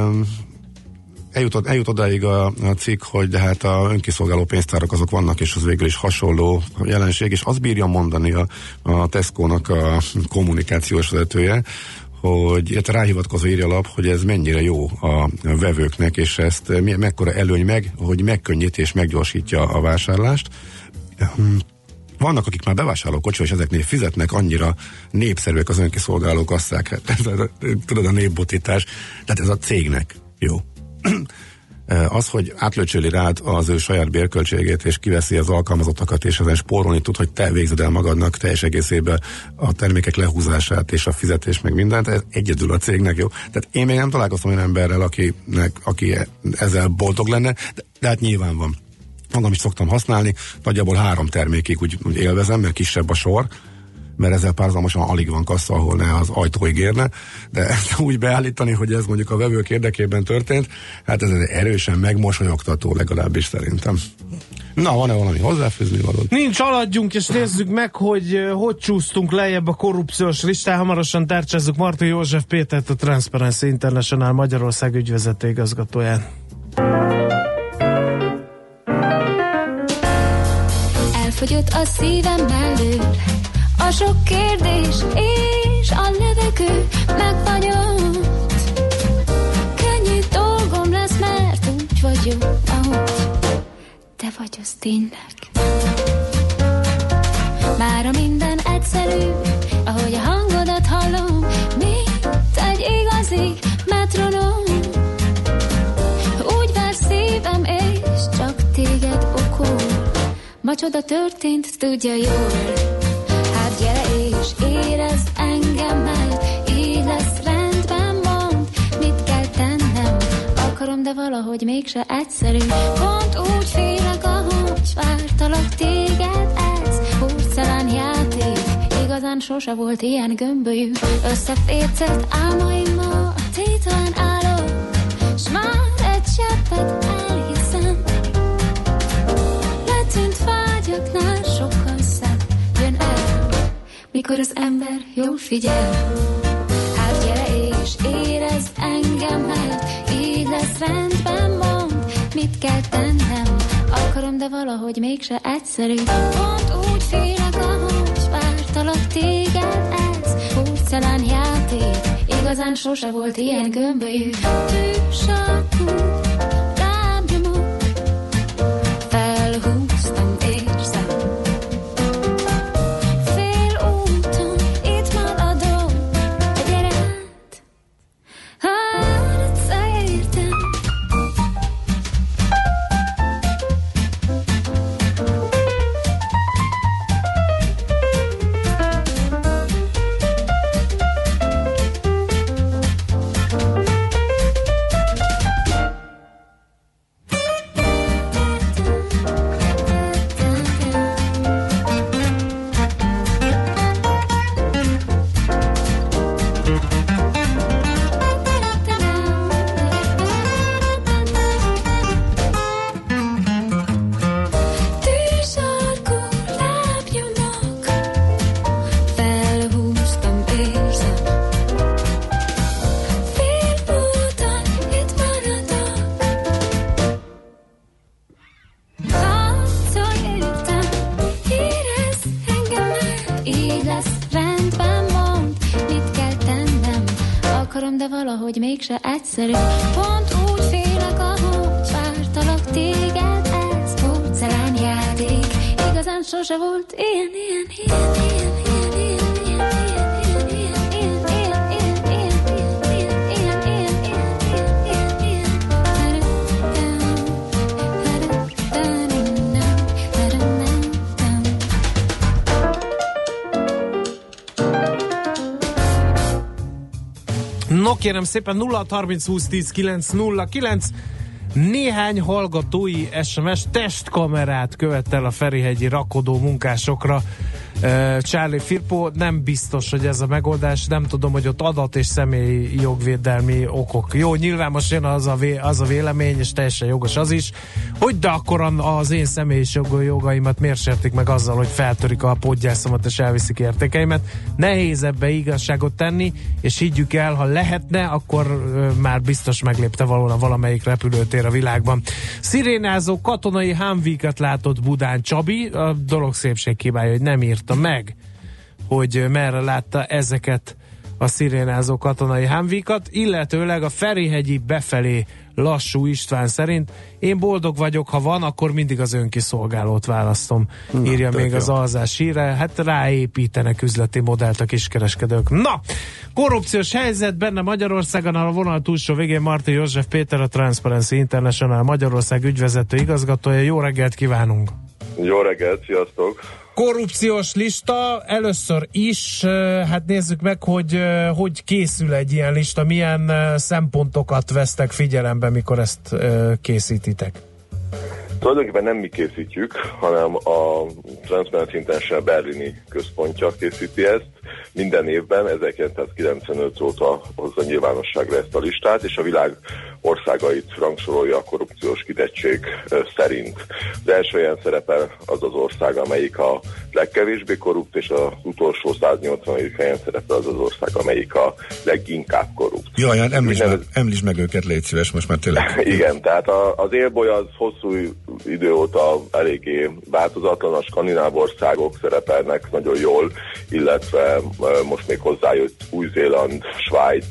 eljut, eljut odáig a, a cikk, hogy de hát a önkiszolgáló pénztárak azok vannak, és az végül is hasonló jelenség, és azt bírja mondani a, a Tesco-nak a kommunikációs vezetője, hogy illetve ráhivatkozva írja lap, hogy ez mennyire jó a vevőknek, és ezt mekkora előny meg, hogy megkönnyíti és meggyorsítja a vásárlást. Vannak, akik már bevásárló kocsi, és ezeknél fizetnek, annyira népszerűek az önkiszolgáló kasszák. Hát, tudod, a népbutítás. Tehát ez a cégnek jó. Az, hogy átlöcsöli rád az ő saját bérköltségét, és kiveszi az alkalmazottakat, és ezen spórolni tud, hogy te végzed el magadnak teljes egészében a termékek lehúzását, és a fizetés, meg mindent, ez egyedül a cégnek jó. Tehát én még nem találkoztam olyan emberrel, akinek, aki ezzel boldog lenne, de, de hát nyilván van. Magam is szoktam használni, nagyjából három termékig úgy, úgy élvezem, mert kisebb a sor, mert ezzel párhuzamosan alig van kassa, ahol ne az ajtóig érne, de ezt úgy beállítani, hogy ez mondjuk a vevők érdekében történt, hát ez erősen megmosolyogtató, legalábbis szerintem. Na, van-e valami hozzáfűzni valód? Nincs, aladjunk és nézzük meg, hogy hogy csúsztunk lejjebb a korrupciós listán. Hamarosan tárcsázzuk Marti József Pétert, a Transparency International Magyarország ügyvezető igazgatóját. Elfogyott a szívem belül a sok kérdés és a levegő megfagyott. Könnyű dolgom lesz, mert úgy vagyok, ahogy te vagy, az tényleg. Mára minden egyszerű, ahogy a hangodat hallom, mint egy igazi metronom. Úgy ver szívem, és csak téged okol. Ma csoda történt, tudja jól. Hát gyere és érezd engem, mert így lesz, rendben, mondd, mit kell tennem. Akarom, de valahogy mégse egyszerű. Pont úgy félek, ahogy vártalak téged, ez porcelán játék. Igazán sose volt ilyen gömbölyű. Összefécett álmaimmal a tétlen állok, s már egy cseppet elhiszem. Letűnt vágyaknál sokkal szebb jön el, mikor az ember jól figyel. Hát gyere és érezd engem, mert így lesz, rendben, mondd, mit kell tennem. Akarom, de valahogy mégse egyszerű. Pont úgy félek, ahogy vártalak téged, ez porcelán játék. Igazán sose volt ilyen gömbölyű. Tűsarkú lábnyomok, felhúztam, érzem. Fél úton itt maradok, de gyere hát, hát összeértem. Mégse egyszerű, pont úgy félek, ahogy vártalak téged, ez porcelán játék. Igazán sose volt ilyen, ilyen, ilyen, ilyen, ilyen, ilyen, ilyen, ilyen, ilyen, ilyen, ilyen, ilyen, ilyen. No kérem szépen, nulla hat harminc húsz tíz kilenc nulla kilenc. Néhány hallgatói es em es testkamerát követel a ferihegyi rakodó munkásokra. Charlie Firpo, nem biztos, hogy ez a megoldás, nem tudom, hogy ott adat és személyi jogvédelmi okok. Jó, nyilván most jön az a, vé, az a vélemény, és teljesen jogos az is, hogy de akkor az én személyi jogaimat miért sértik meg azzal, hogy feltörik a podgyászomat és elviszik értékeimet. Nehéz ebbe igazságot tenni, és higgyük el, ha lehetne, akkor ö, már biztos meglépte volna valamelyik repülőtér a világban. Szirénázó katonai Humvee-ket látott Budán Csabi, a dolog szépség hibája, hogy nem írta meg, hogy merre látta ezeket a szirénázó katonai Humveekat, illetőleg a Ferihegyi befelé lassú István szerint én boldog vagyok, ha van, akkor mindig az önkiszolgálót választom, na, írja még jó. Az alzás híre. Hát ráépítenek üzleti modellt a kiskereskedők. Na, korrupciós helyzet benne Magyarországon, a vonal túlsó végén Marti József Péter, a Transparency International Magyarország ügyvezető igazgatója. Jó reggelt kívánunk! Jó reggelt, sziasztok! Korrupciós lista, először is, hát nézzük meg, hogy hogy készül egy ilyen lista, milyen szempontokat vesztek figyelembe, mikor ezt készítitek? Tulajdonképpen nem mi készítjük, hanem a Transparency International berlini központja készíti ezt. Minden évben ezerkilencszázkilencvenöt óta hozza nyilvánosságra ezt a listát, és a világ országait rangsorolja a korrupciós kitettség szerint. Az első helyen szerepel az az ország, amelyik a legkevésbé korrupt, és az utolsó száznyolcvanadik helyen szerepel az az ország, amelyik a leginkább korrupt. Jaj, hát említs, meg, említs meg őket, légy szíves, most már tényleg. Igen, tehát a, az élboly az hosszú idő óta eléggé változatlan, a skandináv országok szerepelnek nagyon jól, illetve most még hozzájött Új-Zéland, Svájc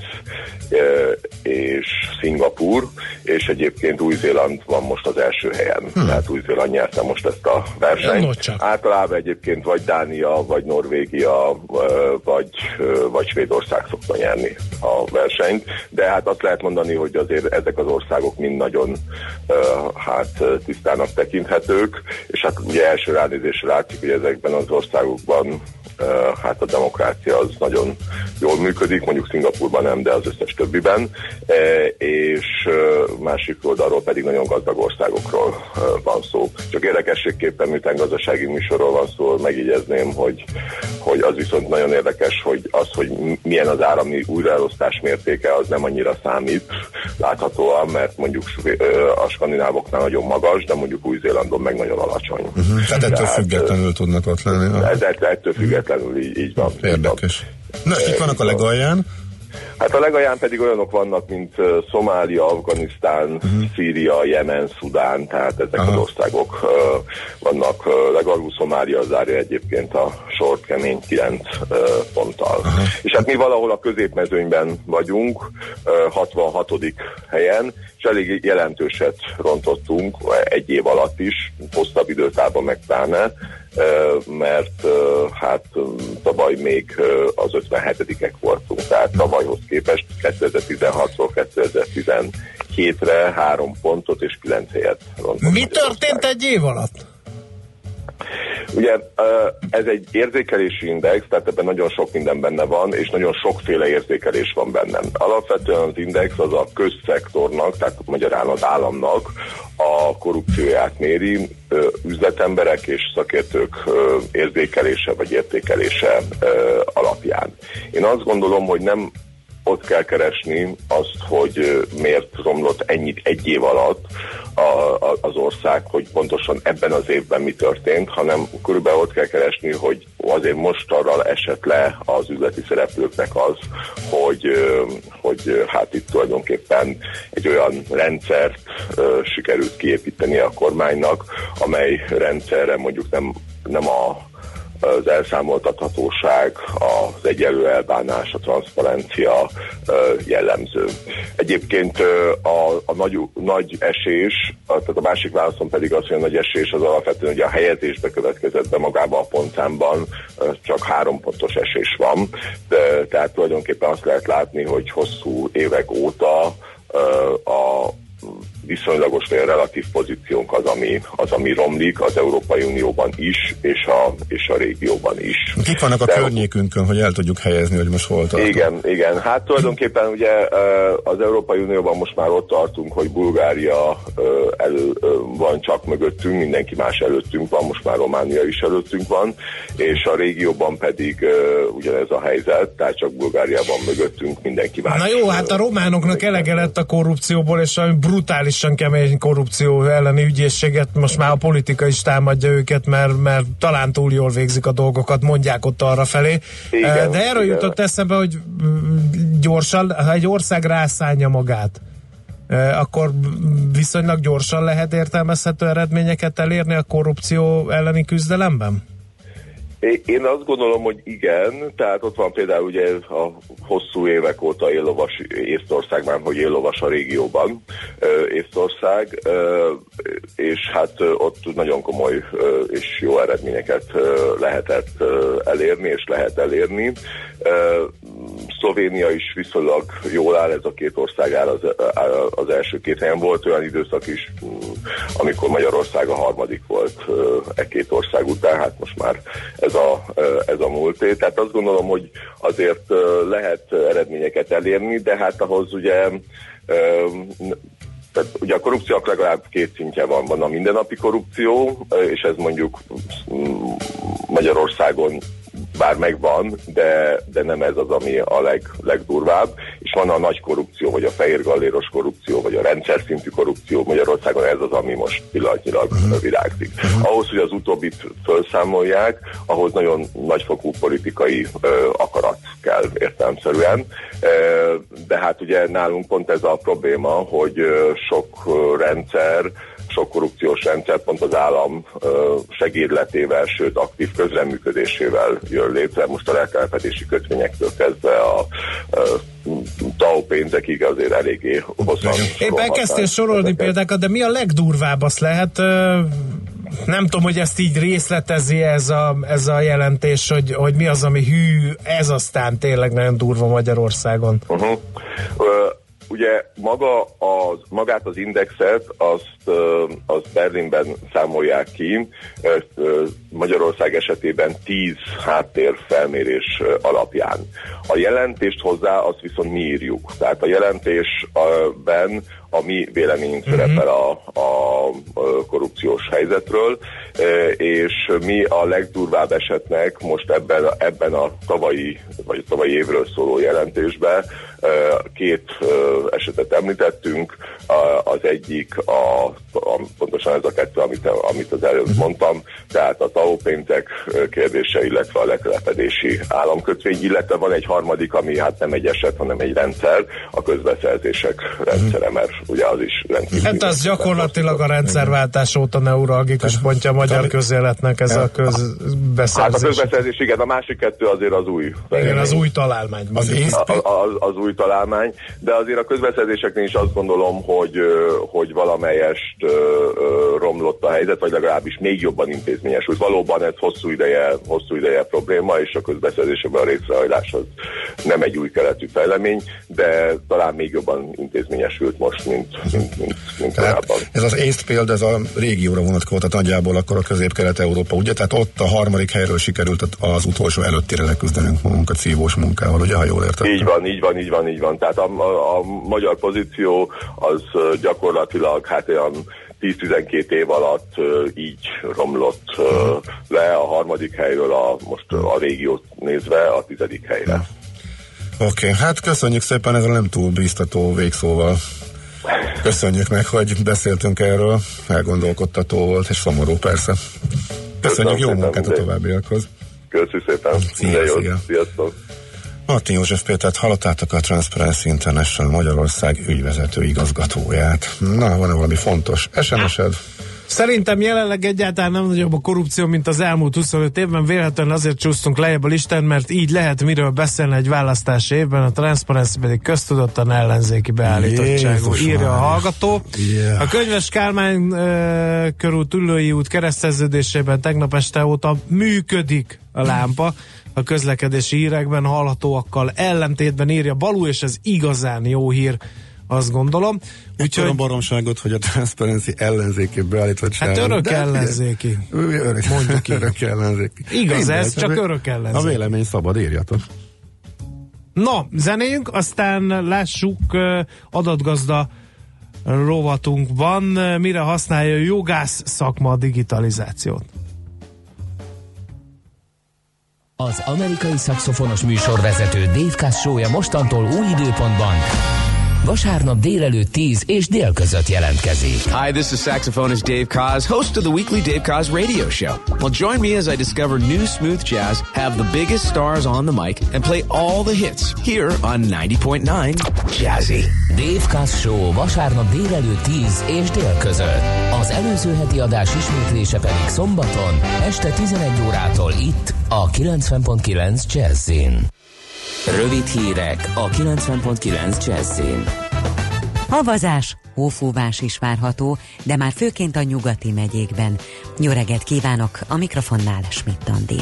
és Szingapúr, és egyébként Új-Zéland van most az első helyen, hmm. tehát Új-Zéland nyerte most ezt a versenyt. Általában egyébként vagy Dánia, vagy Norvégia, vagy, vagy Svédország szokta nyerni a versenyt, de hát azt lehet mondani, hogy azért ezek az országok mind nagyon hát tisztának tekinthetők, és hát ugye első ránézésre látszik, hogy ezekben az országokban Uh, hát a demokrácia az nagyon jól működik, mondjuk Szingapúrban nem, de az összes többiben, uh, és uh, másik oldalról pedig nagyon gazdag országokról uh, van szó. Csak érdekességképpen, miután gazdasági műsorról van szó, megjegyezném, hogy, hogy az viszont nagyon érdekes, hogy az, hogy milyen az állami újraelosztás mértéke, az nem annyira számít láthatóan, mert mondjuk uh, a skandinávoknál nagyon magas, de mondjuk Új-Zélandon meg nagyon alacsony. Uh-huh. Tehát ettől Tehát, függetlenül tudnak ott lenni. Ez, ettől függetlenül Így, így van. Érdekes. Na, és itt vannak a legalján? Hát a legalján pedig olyanok vannak, mint uh, Szomália, Afganisztán, uh-huh. Szíria, Jemen, Szudán, tehát ezek Aha. az országok uh, vannak uh, legaljú. Szomália zárja egyébként a sort kemény kilenc uh, ponttal. Aha. És hát mi valahol a középmezőnyben vagyunk, uh, hatvanhatodik helyen, és elég jelentőset rontottunk egy év alatt is, hosszabb időtávon meg pláne, mert hát tavaly még az ötvenhetedikek voltunk, tehát tavalyhoz képest kétezer-tizenhatról kétezer-tizenhétre három pontot és kilenc helyet rontottunk. Mi történt egy év alatt? Ugye ez egy érzékelési index, tehát ebben nagyon sok minden benne van, és nagyon sokféle érzékelés van benne. Alapvetően az index az a közszektornak, tehát magyarán az államnak a korrupcióját méri, üzletemberek és szakértők érzékelése vagy értékelése alapján. Én azt gondolom, hogy nem ott kell keresni azt, hogy miért romlott ennyit egy év alatt a, a, az ország, hogy pontosan ebben az évben mi történt, hanem körülbelül ott kell keresni, hogy azért mostanra esett le az üzleti szereplőknek az, hogy, hogy hát itt tulajdonképpen egy olyan rendszert sikerült kiépíteni a kormánynak, amely rendszerre mondjuk nem, nem a az elszámoltathatóság, az egyenlő elbánás, a transzparencia jellemző. Egyébként a, a nagy, nagy esés, tehát a másik válaszom pedig az, hogy a nagy esés az alapvetően, hogy a helyezésbe következett be magában a pontszámban, csak három pontos esés van. De, tehát tulajdonképpen azt lehet látni, hogy hosszú évek óta a viszonylagos vagy a relatív pozíciónk az ami, az, ami romlik az Európai Unióban is, és a, és a régióban is. Kik vannak a De környékünkön, hogy el tudjuk helyezni, hogy most hol tartunk? Igen, igen. Hát tulajdonképpen ugye az Európai Unióban most már ott tartunk, hogy Bulgária elő van csak mögöttünk, mindenki más előttünk van, most már Románia is előttünk van, és a régióban pedig ugyanez a helyzet, tehát csak Bulgária van mögöttünk, mindenki más. Na jó, hát a románoknak elege lett a korrupcióból, és a brutális kemény korrupció elleni ügyészséget, most már a politika is támadja őket, mert, mert talán túl jól végzik a dolgokat, mondják ott arra felé. Igen, de erről igen. jutott eszembe, hogy gyorsan, ha egy ország rászánja magát, akkor viszonylag gyorsan lehet értelmezhető eredményeket elérni a korrupció elleni küzdelemben? Én azt gondolom, hogy igen, tehát ott van például ugye a hosszú évek óta éllovas Észtország, már hogy éllovas a régióban Észtország, és hát ott nagyon komoly és jó eredményeket lehetett elérni, és lehet elérni. Szlovénia is viszonylag jól áll, ez a két ország áll az, az első két helyen. Volt olyan időszak is, amikor Magyarország a harmadik volt e két ország után, hát most már ez a, ez a múlté. Tehát azt gondolom, hogy azért lehet eredményeket elérni, de hát ahhoz ugye tehát ugye a korrupciók legalább két szintje van. Van a mindennapi korrupció, és ez mondjuk Magyarországon bár megvan, de, de nem ez az, ami a leg, legdurvább. És van a nagy korrupció, vagy a fehér galléros korrupció, vagy a rendszer szintű korrupció. Magyarországon ez az, ami most pillanatnyilag uh-huh. virágzik. Uh-huh. Ahhoz, hogy az utóbbit felszámolják, ahhoz nagyon nagyfokú politikai ö, akarat kell értelemszerűen. E, de hát ugye nálunk pont ez a probléma, hogy ö, sok ö, rendszer, sok korrupciós rendszer pont az állam ö, segédletével, sőt aktív közreműködésével jön létre. Most a letelepedési kötvényektől kezdve a té á o pénzekig azért eléggé hosszan. Épp elkezdtél sorolni ezeket. Példákat, de mi a legdurvább? Azt lehet, ö, nem tudom, hogy ezt így részletezi ez a, ez a jelentés, hogy, hogy mi az, ami hű, ez aztán tényleg nagyon durva Magyarországon. Uh-huh. Uh, Ugye maga az, magát az indexet, azt, azt Berlinben számolják ki, Magyarország esetében tíz háttérfelmérés alapján. A jelentést hozzá azt viszont mi írjuk. Tehát a jelentésben a mi véleményünk uh-huh. szerepel a, a korrupciós helyzetről, és mi a legdurvább esetnek most ebben, ebben a tavalyi, vagy a tavalyi évről szóló jelentésben két esetet említettünk. Az egyik a, a, pontosan ez a kettő, amit, amit az előbb uh-huh. mondtam, tehát a té á o pénzek kérdése, illetve a letelepedési államkötvény, illetve van egy harmadik, ami hát nem egy eset, hanem egy rendszer, a közbeszerzések rendszere, mert ugye az is rendkívül. Hát az gyakorlatilag a rendszerváltás óta neuralgikus pontja a magyar közéletnek ez a közbeszerzés. Hát a közbeszerzés, igen, a másik kettő azért az új. Igen, az új találmány. Az, az, az, az új találmány, de azért a közbeszerzéseknél is azt gondolom, hogy, hogy valamelyest romlott a helyzet, vagy legalábbis még jobban intézményesült. Valóban ez hosszú ideje, hosszú ideje probléma, és a közbeszerzésekben a részrehajlás az nem egy új keletű fejlemény, de talán még jobban intézményesült most, mint, mint, mint, mint korábban. Ez az észt példa, ez a régióra vonatkozott nagyjából akkor a Közép-Kelet-Európa, ugye? Tehát ott a harmadik helyről sikerült az utolsó előttire leküzdenünk magunkat szívós munkával, ugye, ha jól értettem? Így van, így van, így van, így van. Tehát a, a, a magyar pozíció az gyakorlatilag hát olyan tíz-tizenkét év alatt uh, így romlott uh, uh-huh. le a harmadik helyről a, most uh, a régiót nézve a tizedik helyre. Uh. Oké, okay, hát köszönjük szépen ezzel nem túl bíztató végszóval. Köszönjük meg, hogy beszéltünk erről, elgondolkodtató volt, és szomorú persze. Köszönjük, jó munkát a továbbiakhoz. Köszönjük szépen. Szia, szia. Sziasztok. Martin József Pétert hallottátok, a Transparency International Magyarország ügyvezető igazgatóját. Na, van-e valami fontos es em es-ed? Szerintem jelenleg egyáltalán nem nagyobb a korrupció, mint az elmúlt huszonöt évben. Véletlenül azért csúsztunk lejjebb a listán, mert így lehet miről beszélni egy választási évben, a Transparency pedig köztudottan ellenzéki beállítottságú, írja a hallgató. Yeah. A Könyves Kálmán uh, körút Üllői út kereszteződésében tegnap este óta működik a lámpa. A közlekedési hírekben hallhatóakkal ellentétben írja Balú, és ez igazán jó hír, azt gondolom. Úgyhogy a baromságot, hogy a Transparency ellenzéki beállítottság. Hát örök ellenzéki. Örök, mondjuk így. Örök ellenzéki. Igaz Minden, ez, csak örök ellenzéki. A vélemény szabad, írjatok. Na, zenéljünk, aztán lássuk adatgazda rovatunkban, mire használja a jogász szakma a digitalizációt. Az amerikai szaxofonos műsorvezető Dave Cass show-ja mostantól új időpontban vasárnap délelőtt tíz és dél között jelentkezik. Hi, this is saxophonist Dave Koz, host of the weekly Dave Koz radio show. Well, join me as I discover new smooth jazz, have the biggest stars on the mic, and play all the hits here on ninety point nine Jazzy. Dave Koz Show vasárnap délelőtt tíz és dél között. Az előző heti adás ismétlése pedig szombaton este tizenegy órától itt a kilencven pont kilenc Jazzin. Rövid hírek a kilencven pont kilenc Jazzin. Havazás, hófúvás is várható, de már főként a nyugati megyékben. Jó reggelt kívánok, a mikrofonnál Schmidt Andi.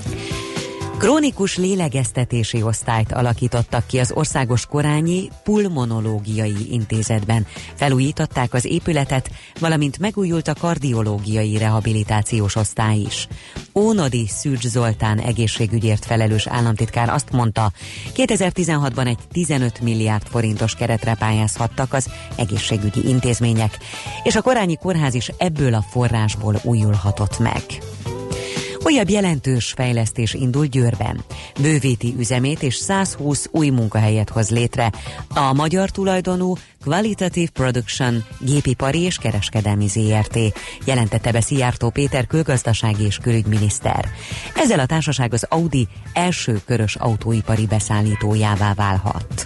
Krónikus lélegeztetési osztályt alakítottak ki az Országos Korányi Pulmonológiai Intézetben. Felújították az épületet, valamint megújult a kardiológiai rehabilitációs osztály is. Ónodi Szűcs Zoltán egészségügyért felelős államtitkár azt mondta, kétezer-tizenhatban egy tizenöt milliárd forintos keretre pályázhattak az egészségügyi intézmények, és a Korányi Kórház is ebből a forrásból újulhatott meg. Újabb jelentős fejlesztés indul Győrben. Bővíti üzemét és százhúsz új munkahelyet hoz létre a magyar tulajdonú Qualitative Production gépipari és kereskedelmi zé er té, jelentette be Szijjártó Péter külgazdasági és külügyminiszter. Ezzel a társaság az Audi első körös autóipari beszállítójává válhat.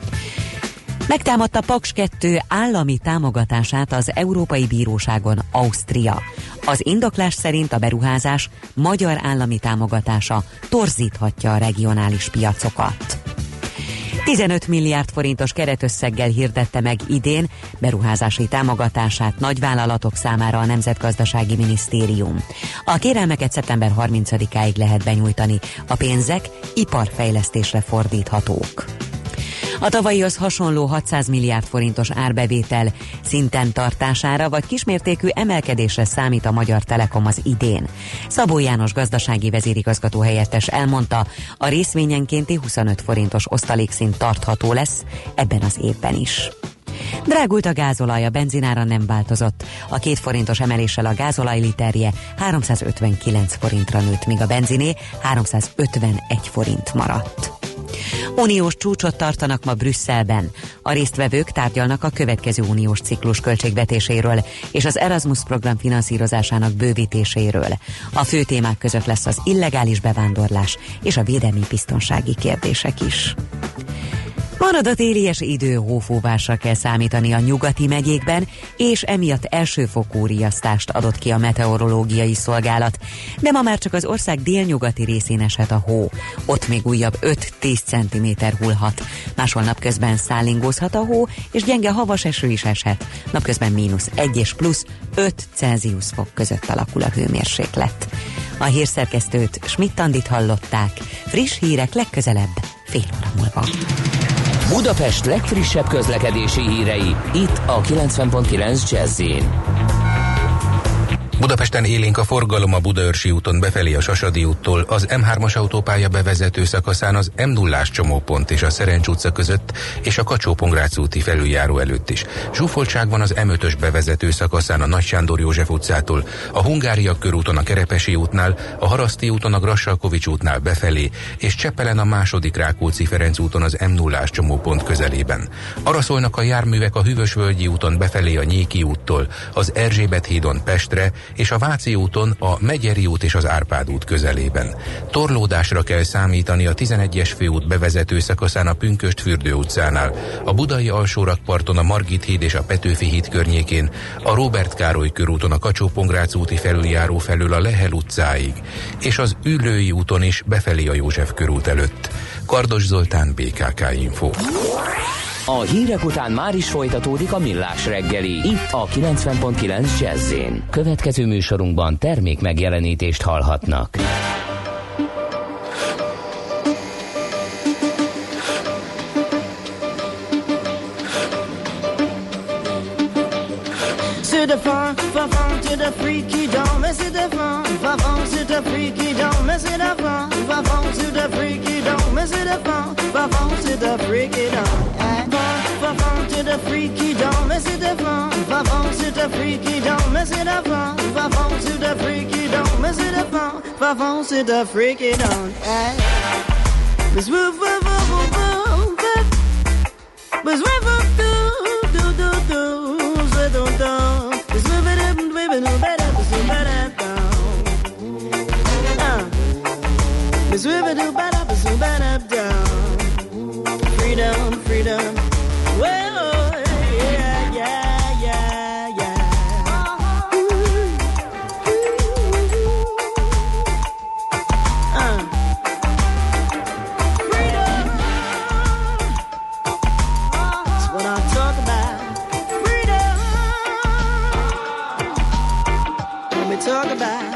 Megtámadta Paks kettő állami támogatását az Európai Bíróságon Ausztria. Az indoklás szerint a beruházás magyar állami támogatása torzíthatja a regionális piacokat. tizenöt milliárd forintos keretösszeggel hirdette meg idén beruházási támogatását nagyvállalatok számára a Nemzetgazdasági Minisztérium. A kérelmeket szeptember harmincadikáig lehet benyújtani, a pénzek iparfejlesztésre fordíthatók. A tavalyihoz hasonló hatszáz milliárd forintos árbevétel szinten tartására vagy kismértékű emelkedésre számít a Magyar Telekom az idén. Szabó János gazdasági vezérigazgató helyettes elmondta, a részvényenkénti huszonöt forintos osztalékszint tartható lesz ebben az évben is. Drágult a gázolaj, a benzinára nem változott. A két forintos emeléssel a gázolaj literje háromszázötvenkilenc forintra nőtt, míg a benziné háromszázötvenegy forint maradt. Uniós csúcsot tartanak ma Brüsszelben. A résztvevők tárgyalnak a következő uniós ciklus költségvetéséről és az Erasmus program finanszírozásának bővítéséről. A fő témák között lesz az illegális bevándorlás és a védelmi biztonsági kérdések is. Marad a télies idő, hófúvásra kell számítani a nyugati megyékben, és emiatt elsőfokú riasztást adott ki a meteorológiai szolgálat. De ma már csak az ország délnyugati részén eshet a hó. Ott még újabb öt-tíz centiméter hullhat. Máshol napközben szállingózhat a hó, és gyenge havas eső is eshet. Napközben mínusz egy és plusz öt Celsius fok között alakul a hőmérséklet. A hírszerkesztőt, Schmidt Andit hallották. Friss hírek legközelebb, fél óra múlva. Budapest legfrissebb közlekedési hírei, itt a kilencven pont kilenc Jazzin. Budapesten élénk a forgalom a Budaörsi úton befelé a Sasadi úttól, az em hármas autópálya bevezető szakaszán az em nullás csomópont és a Szerencs utca között, és a Kacsó-Pongrác úti felüljáró előtt is. Zsúfoltság van az em ötös bevezető szakaszán a Nagy Sándor József utcától, a Hungária körúton a Kerepesi útnál, a Haraszti úton a Grassalkovich útnál befelé, és Csepelen a második Rákóczi-Ferenc úton az em nullás csomópont közelében. Arra szólnak a járművek a Hűvösvölgyi úton befelé a Nyéki úttól, az Erzsébet hídon Pestre, és a Váci úton a Megyeri út és az Árpád út közelében. Torlódásra kell számítani a tizenegyes főút bevezető szakaszán a Pünkösd-Fürdő utcánál, a Budai alsórakparton a Margit híd és a Petőfi híd környékén, a Róbert Károly körúton a Kacsó-Pongrác úti felüljáró felől a Lehel utcáig, és az Üllői úton is befelé a József körút előtt. Kardos Zoltán, bé ká ká Info. A hírek után már is folytatódik a Millás reggeli, itt a kilencven pont kilenc Jazzin. Következő műsorunkban termék megjelenítést hallhatnak. C'est de fun, fun, fun, to the freaky dome, c'est de fun, fun, fun, to the freaky dome, c'est de fun, fun, fun, to the freaky dome, c'est de fun, fun, fun, to the freaky dome, fun, fun, to the freaky dome, c'est de fun, fun, fun, to the freaky dome, c'est de fun, fun, fun, to the freaky dome, c'est de fun, fun, fun, to the freaky dome, was woo woo woo woo woo, was woo woo woo. Freedom, freedom. Well, yeah, yeah, yeah, yeah. Uh. Freedom. That's what I'm talking about. Freedom. Let me talk about.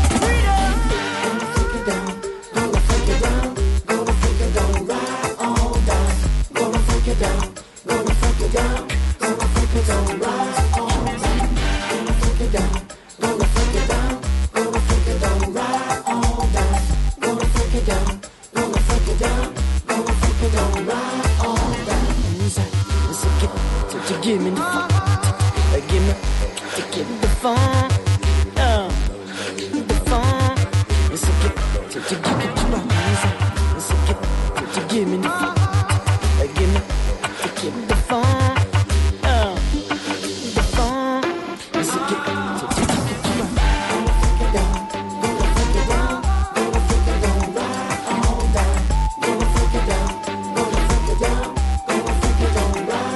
Give me the fun, give me, give me the fun, uh, the fun. It's a give, to give it to my hands. It's a give, to give me the fun, give me, to give me the fun, uh, the fun. It's a give, to give it to my hands. Gonna freak it down, gonna freak it down, ride all down. Gonna freak it down, gonna freak it down, gonna freak it down, ride.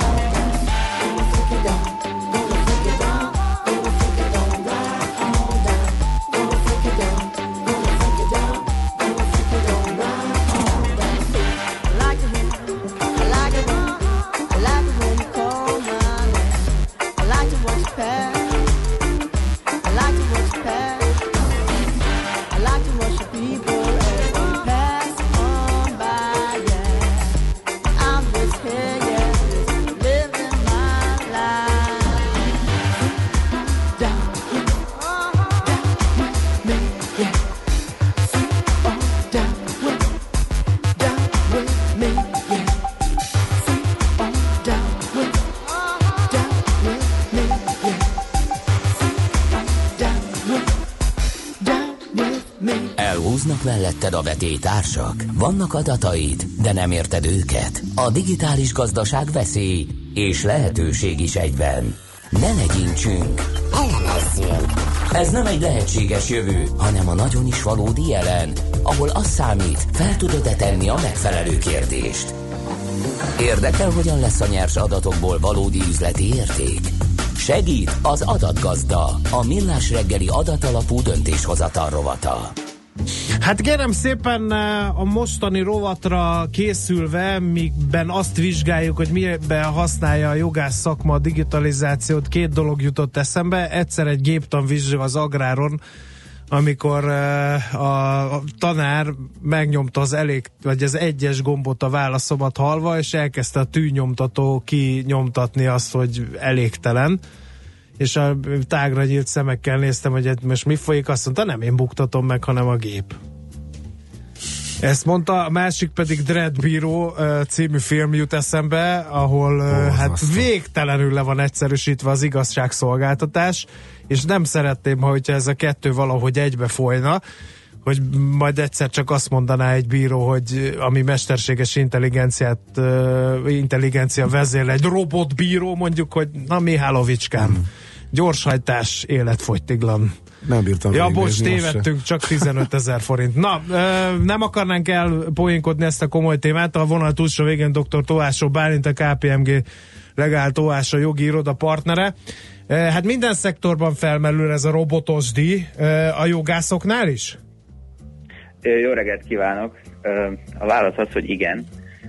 Elhúznak melletted a vetélytársak? Vannak adataid, de nem érted őket? A digitális gazdaság veszély és lehetőség is egyben. Ne legyintsünk, elemezzünk. Ez nem egy lehetséges jövő, hanem a nagyon is valódi jelen, ahol az számít, fel tudod-e tenni a megfelelő kérdést. Érdekel, hogyan lesz a nyers adatokból valódi üzleti érték? Segít az adatgazda, a Millás reggeli adatalapú döntéshozatal rovata. Hát kérem szépen, a mostani rovatra készülve, mikben azt vizsgáljuk, hogy miben használja a jogász szakma a digitalizációt, két dolog jutott eszembe. Egyszer egy géptanvizsga az agráron, amikor a tanár megnyomta az elég, vagy az egyes gombot a válaszomat hallva, és elkezdte a tűnyomtató kinyomtatni azt, hogy elégtelen. És a tágra nyílt szemekkel néztem, hogy most mi folyik, azt mondta, nem én buktatom meg, hanem a gép. Ezt mondta, a másik pedig Dread Bíró című film jut eszembe, ahol oh, hát végtelenül le van egyszerűsítve az igazságszolgáltatás, és nem szeretném, hogyha ez a kettő valahogy egybe folyna, hogy majd egyszer csak azt mondaná egy bíró, hogy ami mesterséges intelligenciát, intelligencia vezérel, egy robotbíró, mondjuk, hogy na Mihálovicskám, mm. gyorshajtás, életfogytiglan. Nem bírtam. Ja, bocs, tévedtünk, csak tizenötezer forint. Na, nem akarnánk elpoénkodni ezt a komoly témát. A vonal túlsó végén dr. Tóásó Bálint, a ká pé em gé Legál Tóásó jogi iroda partnere. Hát minden szektorban felmerül ez a robotosdi, a jogászoknál is? Jó reggelt kívánok! A válasz az, hogy igen,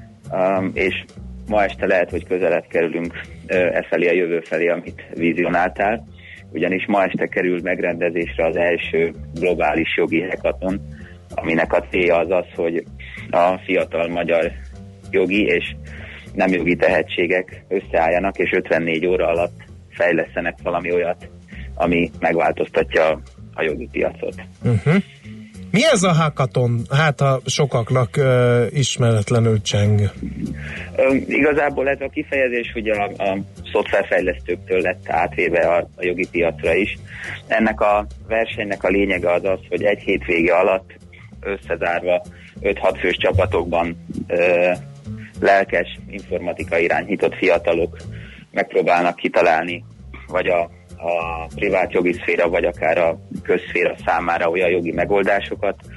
és ma este lehet, hogy közelebb kerülünk e felé, a jövő felé, amit vizionáltál, ugyanis ma este kerül megrendezésre az első globális jogi hackathon, aminek a célja az az, hogy a fiatal magyar jogi és nem jogi tehetségek összeálljanak, és ötvennégy óra alatt fejlesztenek valami olyat, ami megváltoztatja a jogi piacot. Uh-huh. Mi ez a hackathon? Hát ha sokaknak uh, ismeretlenül cseng. Um, igazából ez a kifejezés ugye a, a szoftverfejlesztőktől lett átvéve a, a jogi piacra is. Ennek a versenynek a lényege az az, hogy egy hétvége alatt összezárva öt-hat fős csapatokban uh, lelkes, informatika irányított fiatalok megpróbálnak kitalálni, vagy a a privát jogi szféra, vagy akár a közszféra számára olyan jogi megoldásokat,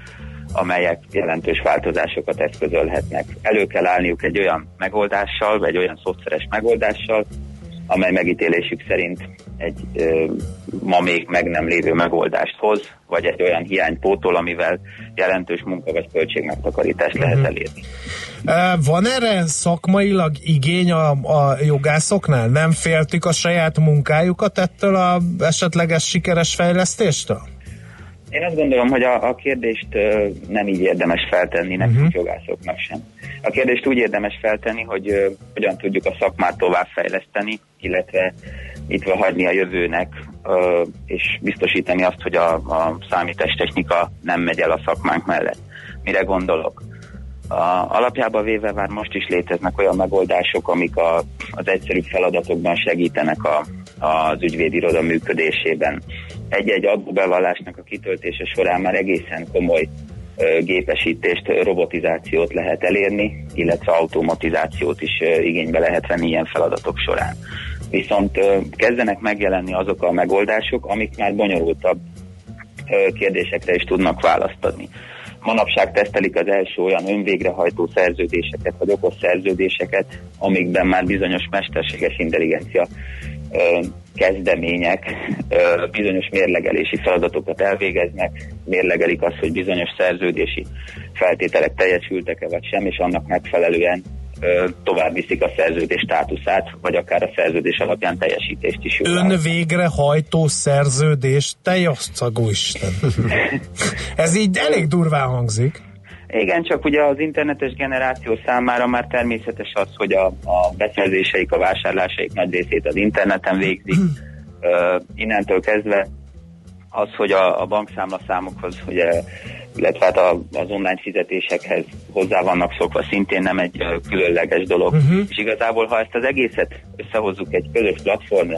amelyek jelentős változásokat eszközölhetnek. Elő kell állniuk egy olyan megoldással, vagy egy olyan szoftveres megoldással, amely megítélésük szerint egy ö, ma még meg nem lévő megoldást hoz, vagy egy olyan hiánypótol, amivel jelentős munka vagy költségmegtakarítást uh-huh. lehet elérni. Van erre szakmailag igény a, a jogászoknál? Nem féltik a saját munkájukat ettől a esetleges sikeres fejlesztéstől? Én azt gondolom, hogy a, a kérdést uh, nem így érdemes feltenni nekünk uh-huh. jogászoknak sem. A kérdést úgy érdemes feltenni, hogy uh, hogyan tudjuk a szakmát továbbfejleszteni, illetve itt hagyni a jövőnek, uh, és biztosítani azt, hogy a, a számítástechnika nem megy el a szakmánk mellett. Mire gondolok? A, alapjában véve már most is léteznek olyan megoldások, amik a, az egyszerűbb feladatokban segítenek a, az ügyvédiroda működésében. Egy-egy adóbevallásnak a kitöltése során már egészen komoly ö, gépesítést, robotizációt lehet elérni, illetve automatizációt is ö, igénybe lehet venni ilyen feladatok során. Viszont ö, kezdenek megjelenni azok a megoldások, amik már bonyolultabb ö, kérdésekre is tudnak választ adni. Manapság tesztelik az első olyan önvégrehajtó szerződéseket, vagy okos szerződéseket, amikben már bizonyos mesterséges intelligencia ö, kezdemények ö, bizonyos mérlegelési feladatokat elvégeznek, mérlegelik azt, hogy bizonyos szerződési feltételek teljesültek-e vagy sem, és annak megfelelően ö, tovább viszik a szerződés státuszát, vagy akár a szerződés alapján teljesítést is jóvá. Önvégrehajtó szerződés, te jasszagú Isten! Ez így elég durván hangzik. Igen, csak ugye az internetes generáció számára már természetes az, hogy a, a beszerzéseik, a vásárlásaik nagy részét az interneten végzik. uh, innentől kezdve az, hogy a, a bankszámlaszámokhoz, ugye, illetve hát a, az online fizetésekhez hozzá vannak szokva, szintén nem egy uh, különleges dolog. Uh-huh. És igazából, ha ezt az egészet összehozzuk egy közös platformra,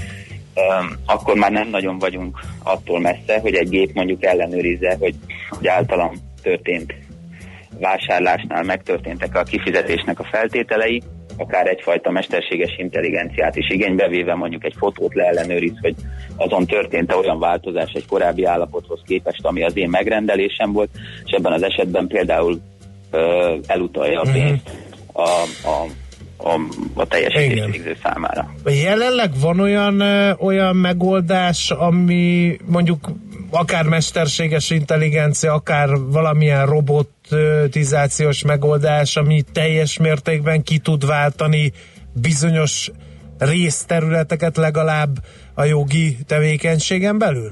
um, akkor már nem nagyon vagyunk attól messze, hogy egy gép mondjuk ellenőrizze, hogy, hogy általam történt vásárlásnál megtörténtek a kifizetésnek a feltételei, akár egyfajta mesterséges intelligenciát is igénybe véve, mondjuk egy fotót leellenőriz, hogy azon történt-e olyan változás egy korábbi állapothoz képest, ami az én megrendelésem volt, és ebben az esetben például ö, elutalja a pénzt a, a, a, a teljesítés végző számára. Jelenleg van olyan, ö, olyan megoldás, ami mondjuk akár mesterséges intelligencia, akár valamilyen robotizációs megoldás, ami teljes mértékben ki tud váltani bizonyos részterületeket legalább a jogi tevékenységen belül?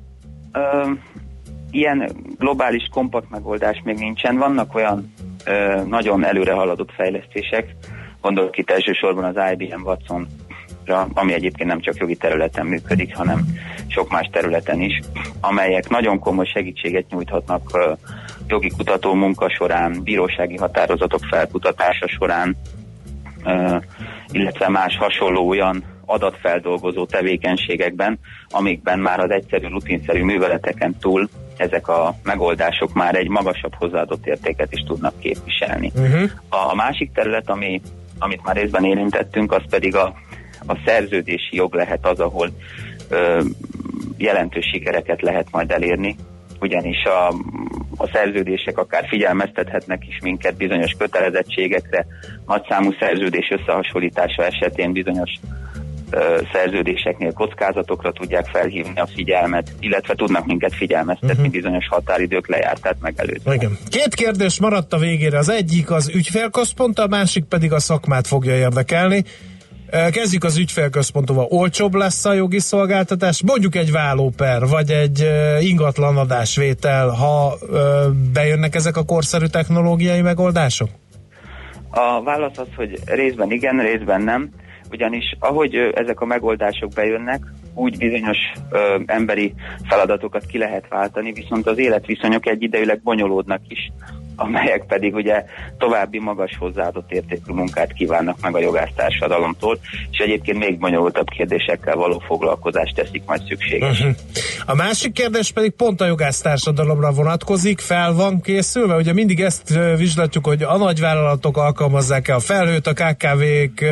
Ö, ilyen globális kompakt megoldás még nincsen. Vannak olyan ö, nagyon előre haladott fejlesztések, gondolok itt elsősorban az I B M Watson, ami egyébként nem csak jogi területen működik, hanem sok más területen is, amelyek nagyon komoly segítséget nyújthatnak uh, jogi kutató munka során, bírósági határozatok felkutatása során, uh, illetve más hasonló olyan adatfeldolgozó tevékenységekben, amikben már az egyszerű rutinszerű műveleteken túl ezek a megoldások már egy magasabb hozzáadott értéket is tudnak képviselni. Uh-huh. A másik terület, ami, amit már részben érintettünk, az pedig a a szerződési jog lehet az, ahol ö, jelentős sikereket lehet majd elérni, ugyanis a, a szerződések akár figyelmeztethetnek is minket bizonyos kötelezettségekre, nagyszámú szerződés összehasonlítása esetén bizonyos ö, szerződéseknél kockázatokra tudják felhívni a figyelmet, illetve tudnak minket figyelmeztetni uh-huh. bizonyos határidők lejártát megelőzően. Igen. Két kérdés maradt a végére, az egyik az ügyfélközpont, a másik pedig a szakmát fogja érdekelni. Kezdjük az ügyfélközpontúval. Olcsóbb lesz a jogi szolgáltatás, mondjuk egy vállóper, vagy egy ingatlan adásvétel, ha bejönnek ezek a korszerű technológiai megoldások? A válasz az, hogy részben igen, részben nem, ugyanis ahogy ezek a megoldások bejönnek, úgy bizonyos ö, emberi feladatokat ki lehet váltani, viszont az életviszonyok egyidejűleg bonyolódnak is, amelyek pedig ugye további magas hozzáadott értékű munkát kívánnak meg a jogásztársadalomtól, és egyébként még bonyolultabb kérdésekkel való foglalkozást teszik majd szükséges. Uh-huh. A másik kérdés pedig pont a jogásztársadalomra vonatkozik, fel van készülve, ugye mindig ezt vizslatjuk, hogy a nagyvállalatok alkalmazzák-e a felhőt, a ká ká vék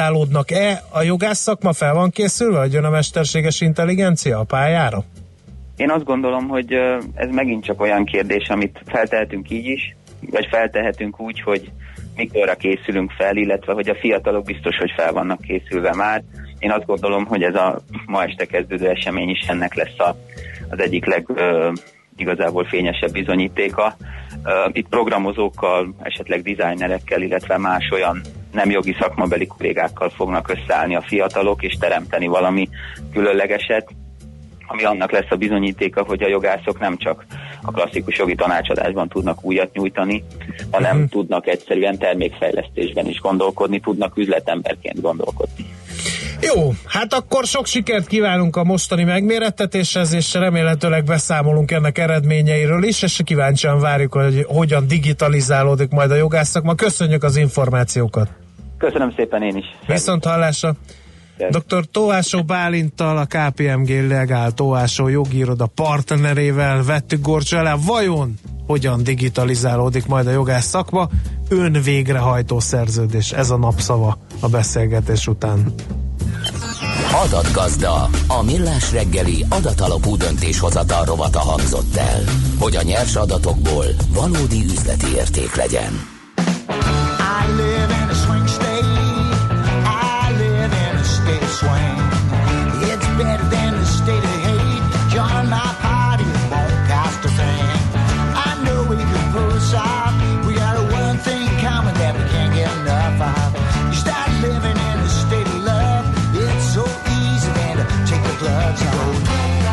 digitalizálódnak-e, a jogász szakma fel van készülve, hogy jön a mesterséges intelligencia a pályára? Én azt gondolom, hogy ez megint csak olyan kérdés, amit feltehetünk így is, vagy feltehetünk úgy, hogy mikorra készülünk fel, illetve hogy a fiatalok biztos, hogy fel vannak készülve már. Én azt gondolom, hogy ez a ma este kezdődő esemény is ennek lesz a, az egyik leg ö, igazából fényesebb bizonyítéka. Ö, itt programozókkal, esetleg designerekkel, illetve más olyan nem jogi szakmabeli kollégákkal fognak összeállni a fiatalok, és teremteni valami különlegeset, ami annak lesz a bizonyítéka, hogy a jogászok nem csak a klasszikus jogi tanácsadásban tudnak újat nyújtani, hanem uh-huh. tudnak egyszerűen termékfejlesztésben is gondolkodni, tudnak üzletemberként gondolkodni. Jó, hát akkor sok sikert kívánunk a mostani megmérettetéshez, és remélhetőleg beszámolunk ennek eredményeiről is, és kíváncsian várjuk, hogy hogyan digitalizálódik majd a jogászakma. Köszönjük az információkat! Köszönöm szépen én is! Viszont hallásra! doktor Tóásó Bálinttal, a ká pé em gé Legál Tóásó jogi iroda partnerével vettük gorcső alá, vajon hogyan digitalizálódik majd a jogász szakma? Ön végrehajtó szerződés, ez a napszava a beszélgetés után. Adatgazda, a millás reggeli adatalapú döntéshozatal rovata hangzott el, hogy a nyers adatokból valódi üzleti érték legyen. I live in a swing state. I live in a state of swing. It's better than the state of hate. Join my party, it won't cost a thing. I know we can pull this off. We got one thing common that we can't get enough of. You start living in a state of love. It's so easy then to take the gloves off.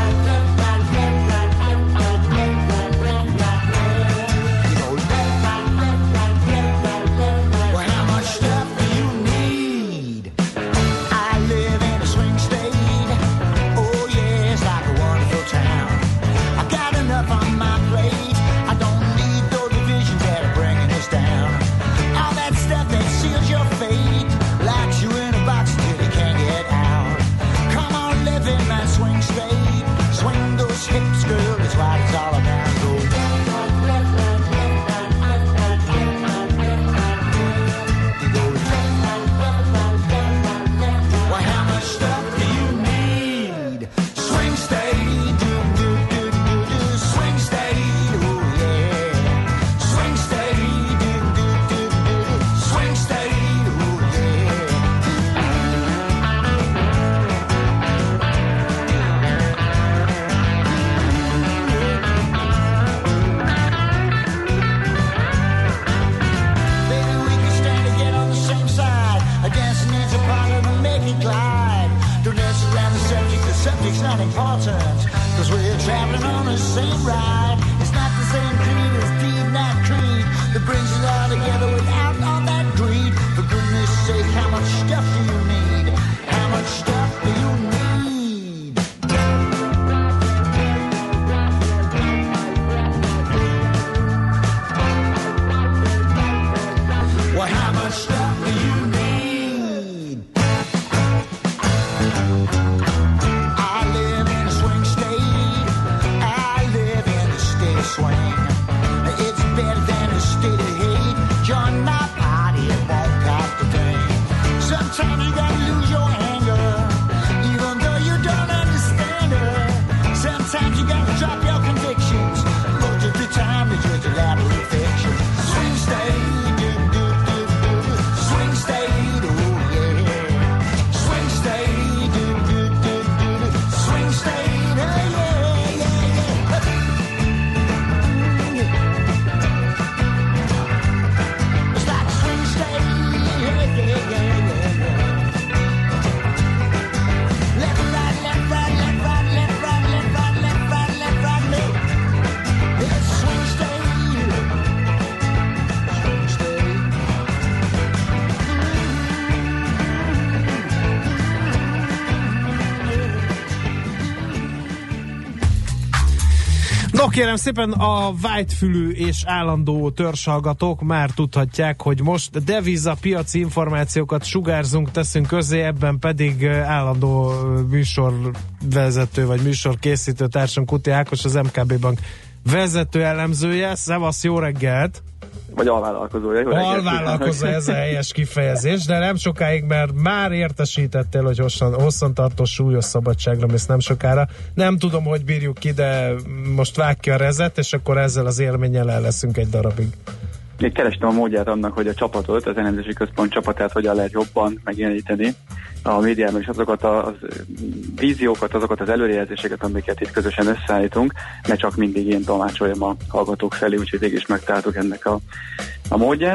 No, kérem szépen, a vágyfülű és állandó törzshallgatók már tudhatják, hogy most devizapiaci információkat sugárzunk, teszünk közé, ebben pedig állandó műsorvezető vagy műsorkészítő társam Kuti Ákos, az em ká bé Bank vezető elemzője. Szevasz, jó reggelt! vagy alvállalkozója. Alvállalkozó, ez a helyes kifejezés, de nem sokáig, mert már értesítettél, hogy hosszan, hosszantartó súlyos szabadságra mész nem sokára. Nem tudom, hogy bírjuk ki, de most vág ki a rezet, és akkor ezzel az élménnyel el leszünk egy darabig. Én kerestem a módját annak, hogy a csapatot, az elemzési központ csapatát hogyan lehet jobban megjeleníteni a médiában, és azokat a az víziókat, azokat az előrejelzéseket, amiket itt közösen összeállítunk, ne csak mindig én tolmácsoljam a hallgatók felé, úgyhogy végig is megtaláltuk ennek a, a módját.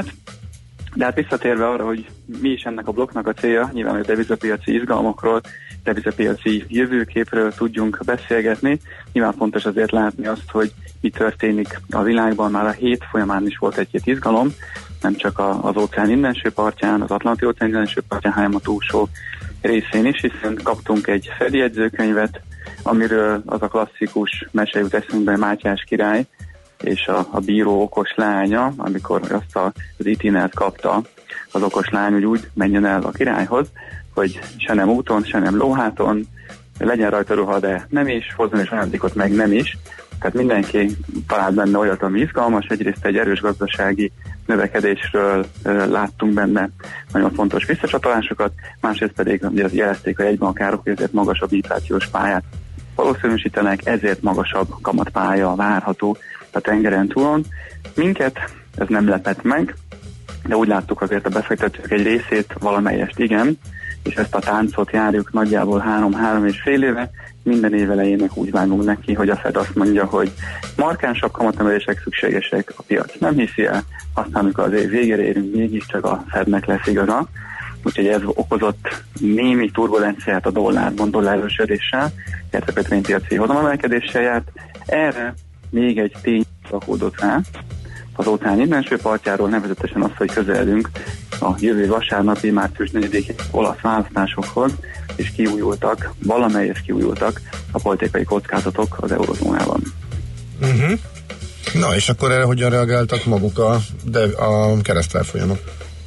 De hát visszatérve arra, hogy mi is ennek a blokknak a célja, nyilván a devizapiaci izgalmakról, devizapiaci jövőképről tudjunk beszélgetni. Nyilván fontos azért látni azt, hogy mi történik a világban. Már a hét folyamán is volt egy-két izgalom, nem csak az óceán mindenső partján, az Atlanti óceán mindenső partján, hanem a túlsó részén is, hiszen kaptunk egy feljegyzőkönyvet, amiről az a klasszikus mese jut eszünkbe, Mátyás király és a, a bíró okos lánya, amikor azt a, az itinert kapta az okos lány, hogy úgy menjen el a királyhoz, hogy se nem úton, se nem lóháton, legyen rajta ruha, de nem is, hozzon is ajándékot, meg nem is. Tehát mindenki talált benne olyat, ami izgalmas. Egyrészt egy erős gazdasági növekedésről e, láttunk benne nagyon fontos visszacsatolásokat, másrészt pedig jelezték a jegybankárok, hogy ezért magasabb inflációs pályát valószínűsítenek, ezért magasabb kamatpálya várható a tengeren túlon. Minket ez nem lepett meg, de úgy láttuk azért a befektetők egy részét, valamelyest igen, és ezt a táncot járjuk nagyjából három-három és fél éve. Minden év elejének úgy vágunk neki, hogy a Fed azt mondja, hogy markánsabb kamatemelések szükségesek, a piac nem hiszi el, aztán amikor az év végére érünk, mégiscsak a Fednek lesz igaza. Úgyhogy ez okozott némi turbulenciát a dollárban, dollárerősödéssel, illetve kötvénypiaci hozamemelkedéssel járt. Erre még egy tény rakódott rá, az óceán mindenső partjáról, nevezetesen az, hogy közeledünk a jövő vasárnapi, március negyediki olasz választásokhoz, és kiújultak, valamelyes kiújultak a politikai kockázatok az eurozónában. Uh-huh. Na, és akkor erre hogyan reagáltak maguk a, de a keresztárfolyamok?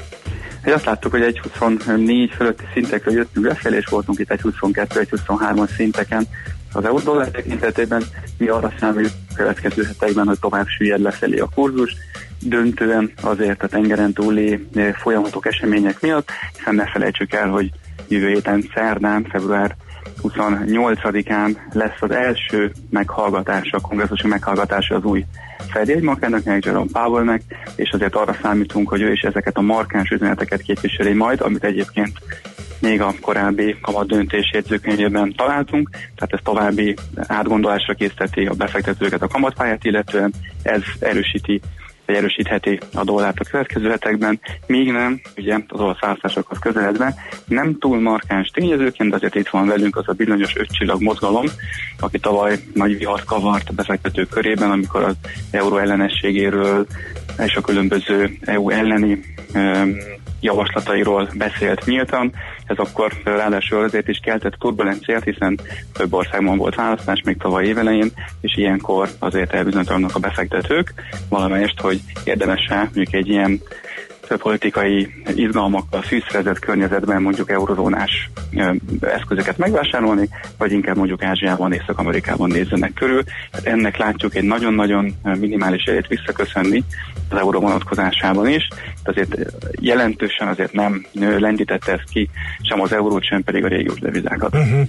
Azt láttuk, hogy egy huszonnégy fölötti szintekről jöttünk lefelé, és voltunk itt egy huszonkettő, egy huszonhármas szinteken az euró-dollár tekintetében. Mi arra számít a következő hetekben, hogy tovább süllyed lefelé a kurzus, döntően azért a tengeren túli folyamatok, események miatt, hiszen ne felejtsük el, hogy jövő héten szerdán, február huszonnyolcadikán lesz az első meghallgatása, a kongresszusi meghallgatása az új Fed jegybankelnöknek, Jerome Powellnek, és azért arra számítunk, hogy ő is ezeket a markáns üzeneteket képviseli majd, amit egyébként még a korábbi kamat döntés jegyzőkönyvében találtunk, tehát ez további átgondolásra készíteti a befektetőket a kamatpályát, illetően ez erősíti vagy erősítheti a dollárt a következő hetekben, míg nem, ugye az olasz választásokhoz közeledve, nem túl markáns tényezőként, de azért itt van velünk az a bizonyos ötcsillag mozgalom, aki tavaly nagy vihart kavart a befektetők körében, amikor az euró ellenességéről és a különböző é u elleni um, javaslatairól beszélt nyíltan. Ez akkor ráadásul azért is keltett turbulenciát, hiszen több országban volt választás még tavaly évelején, és ilyenkor azért elbizonytalanok a befektetők, valamelyest, hogy érdemes-e mondjuk egy ilyen politikai izgalmakkal fűszerezett környezetben mondjuk eurozónás eszközöket megvásárolni, vagy inkább mondjuk Ázsiában, Észak-Amerikában nézzenek körül. Hát ennek látjuk egy nagyon-nagyon minimális erejét visszaköszönni az euró vonatkozásában is. Azért jelentősen azért nem lendítette ezt ki sem az eurót, sem pedig a régiós devizákat. Uh-huh.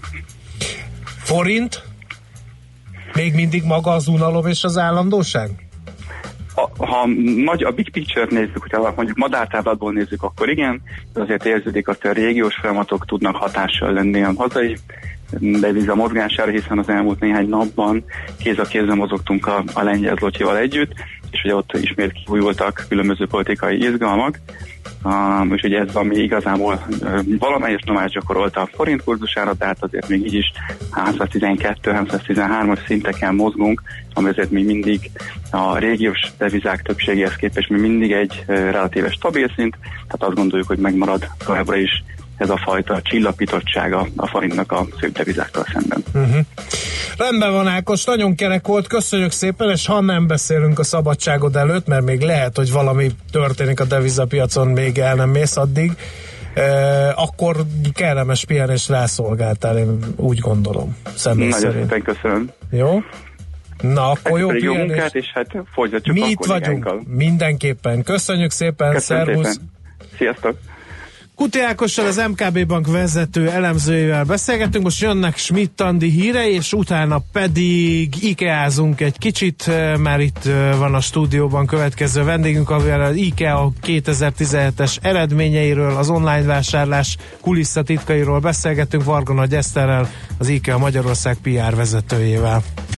Forint? Még mindig maga az unalom és az állandóság? A, ha nagy, a big picture-t nézzük, hogyha mondjuk madártáblatból nézzük, akkor igen, de azért érződik azt, hogy a régiós folyamatok tudnak hatással lenni a hazai deviza mozgására, hiszen az elmúlt néhány napban kéz a kézben mozogtunk a, a lengyel zlotyival együtt, és ugye ott ismét kiújultak különböző politikai izgalmak, um, és ugye ez ami igazából um, valamelyes nyomást gyakorolt a forint kurzusára, tehát azért még így is háromszáztizenkettő háromszáztizenhármas szinteken mozgunk, ami azért még mindig a régiós devizák többségéhez képest még mindig egy uh, relatíve stabil szint, tehát azt gondoljuk, hogy megmarad továbbra is ez a fajta csillapítottsága a forintnak a szép devizákkal szemben. Uh-huh. Rendben van, Ákos, nagyon kerek volt, köszönjük szépen, és ha nem beszélünk a szabadságod előtt, mert még lehet, hogy valami történik a devizapiacon, még el nem mész addig, eh, akkor kellemes pihenést rászolgáltál, én úgy gondolom. Személy nagyon szerint. szépen köszönöm. Jó? Na, akkor jó, jó munkát, és hát folytatjuk mi a itt vagyunk, mindenképpen. Köszönjük szépen, szervusz! Sziasztok! Kuti Ákossal, az em ká bé Bank vezető elemzőjével beszélgetünk, most jönnek Schmidt-Andi híre, és utána pedig IKEA-zunk egy kicsit, már itt van a stúdióban következő vendégünk, amivel az IKEA kétezer-tizenhetes eredményeiről, az online vásárlás kulisszatitkairól beszélgetünk Varga Nagy Eszterrel, az IKEA Magyarország pé er vezetőjével.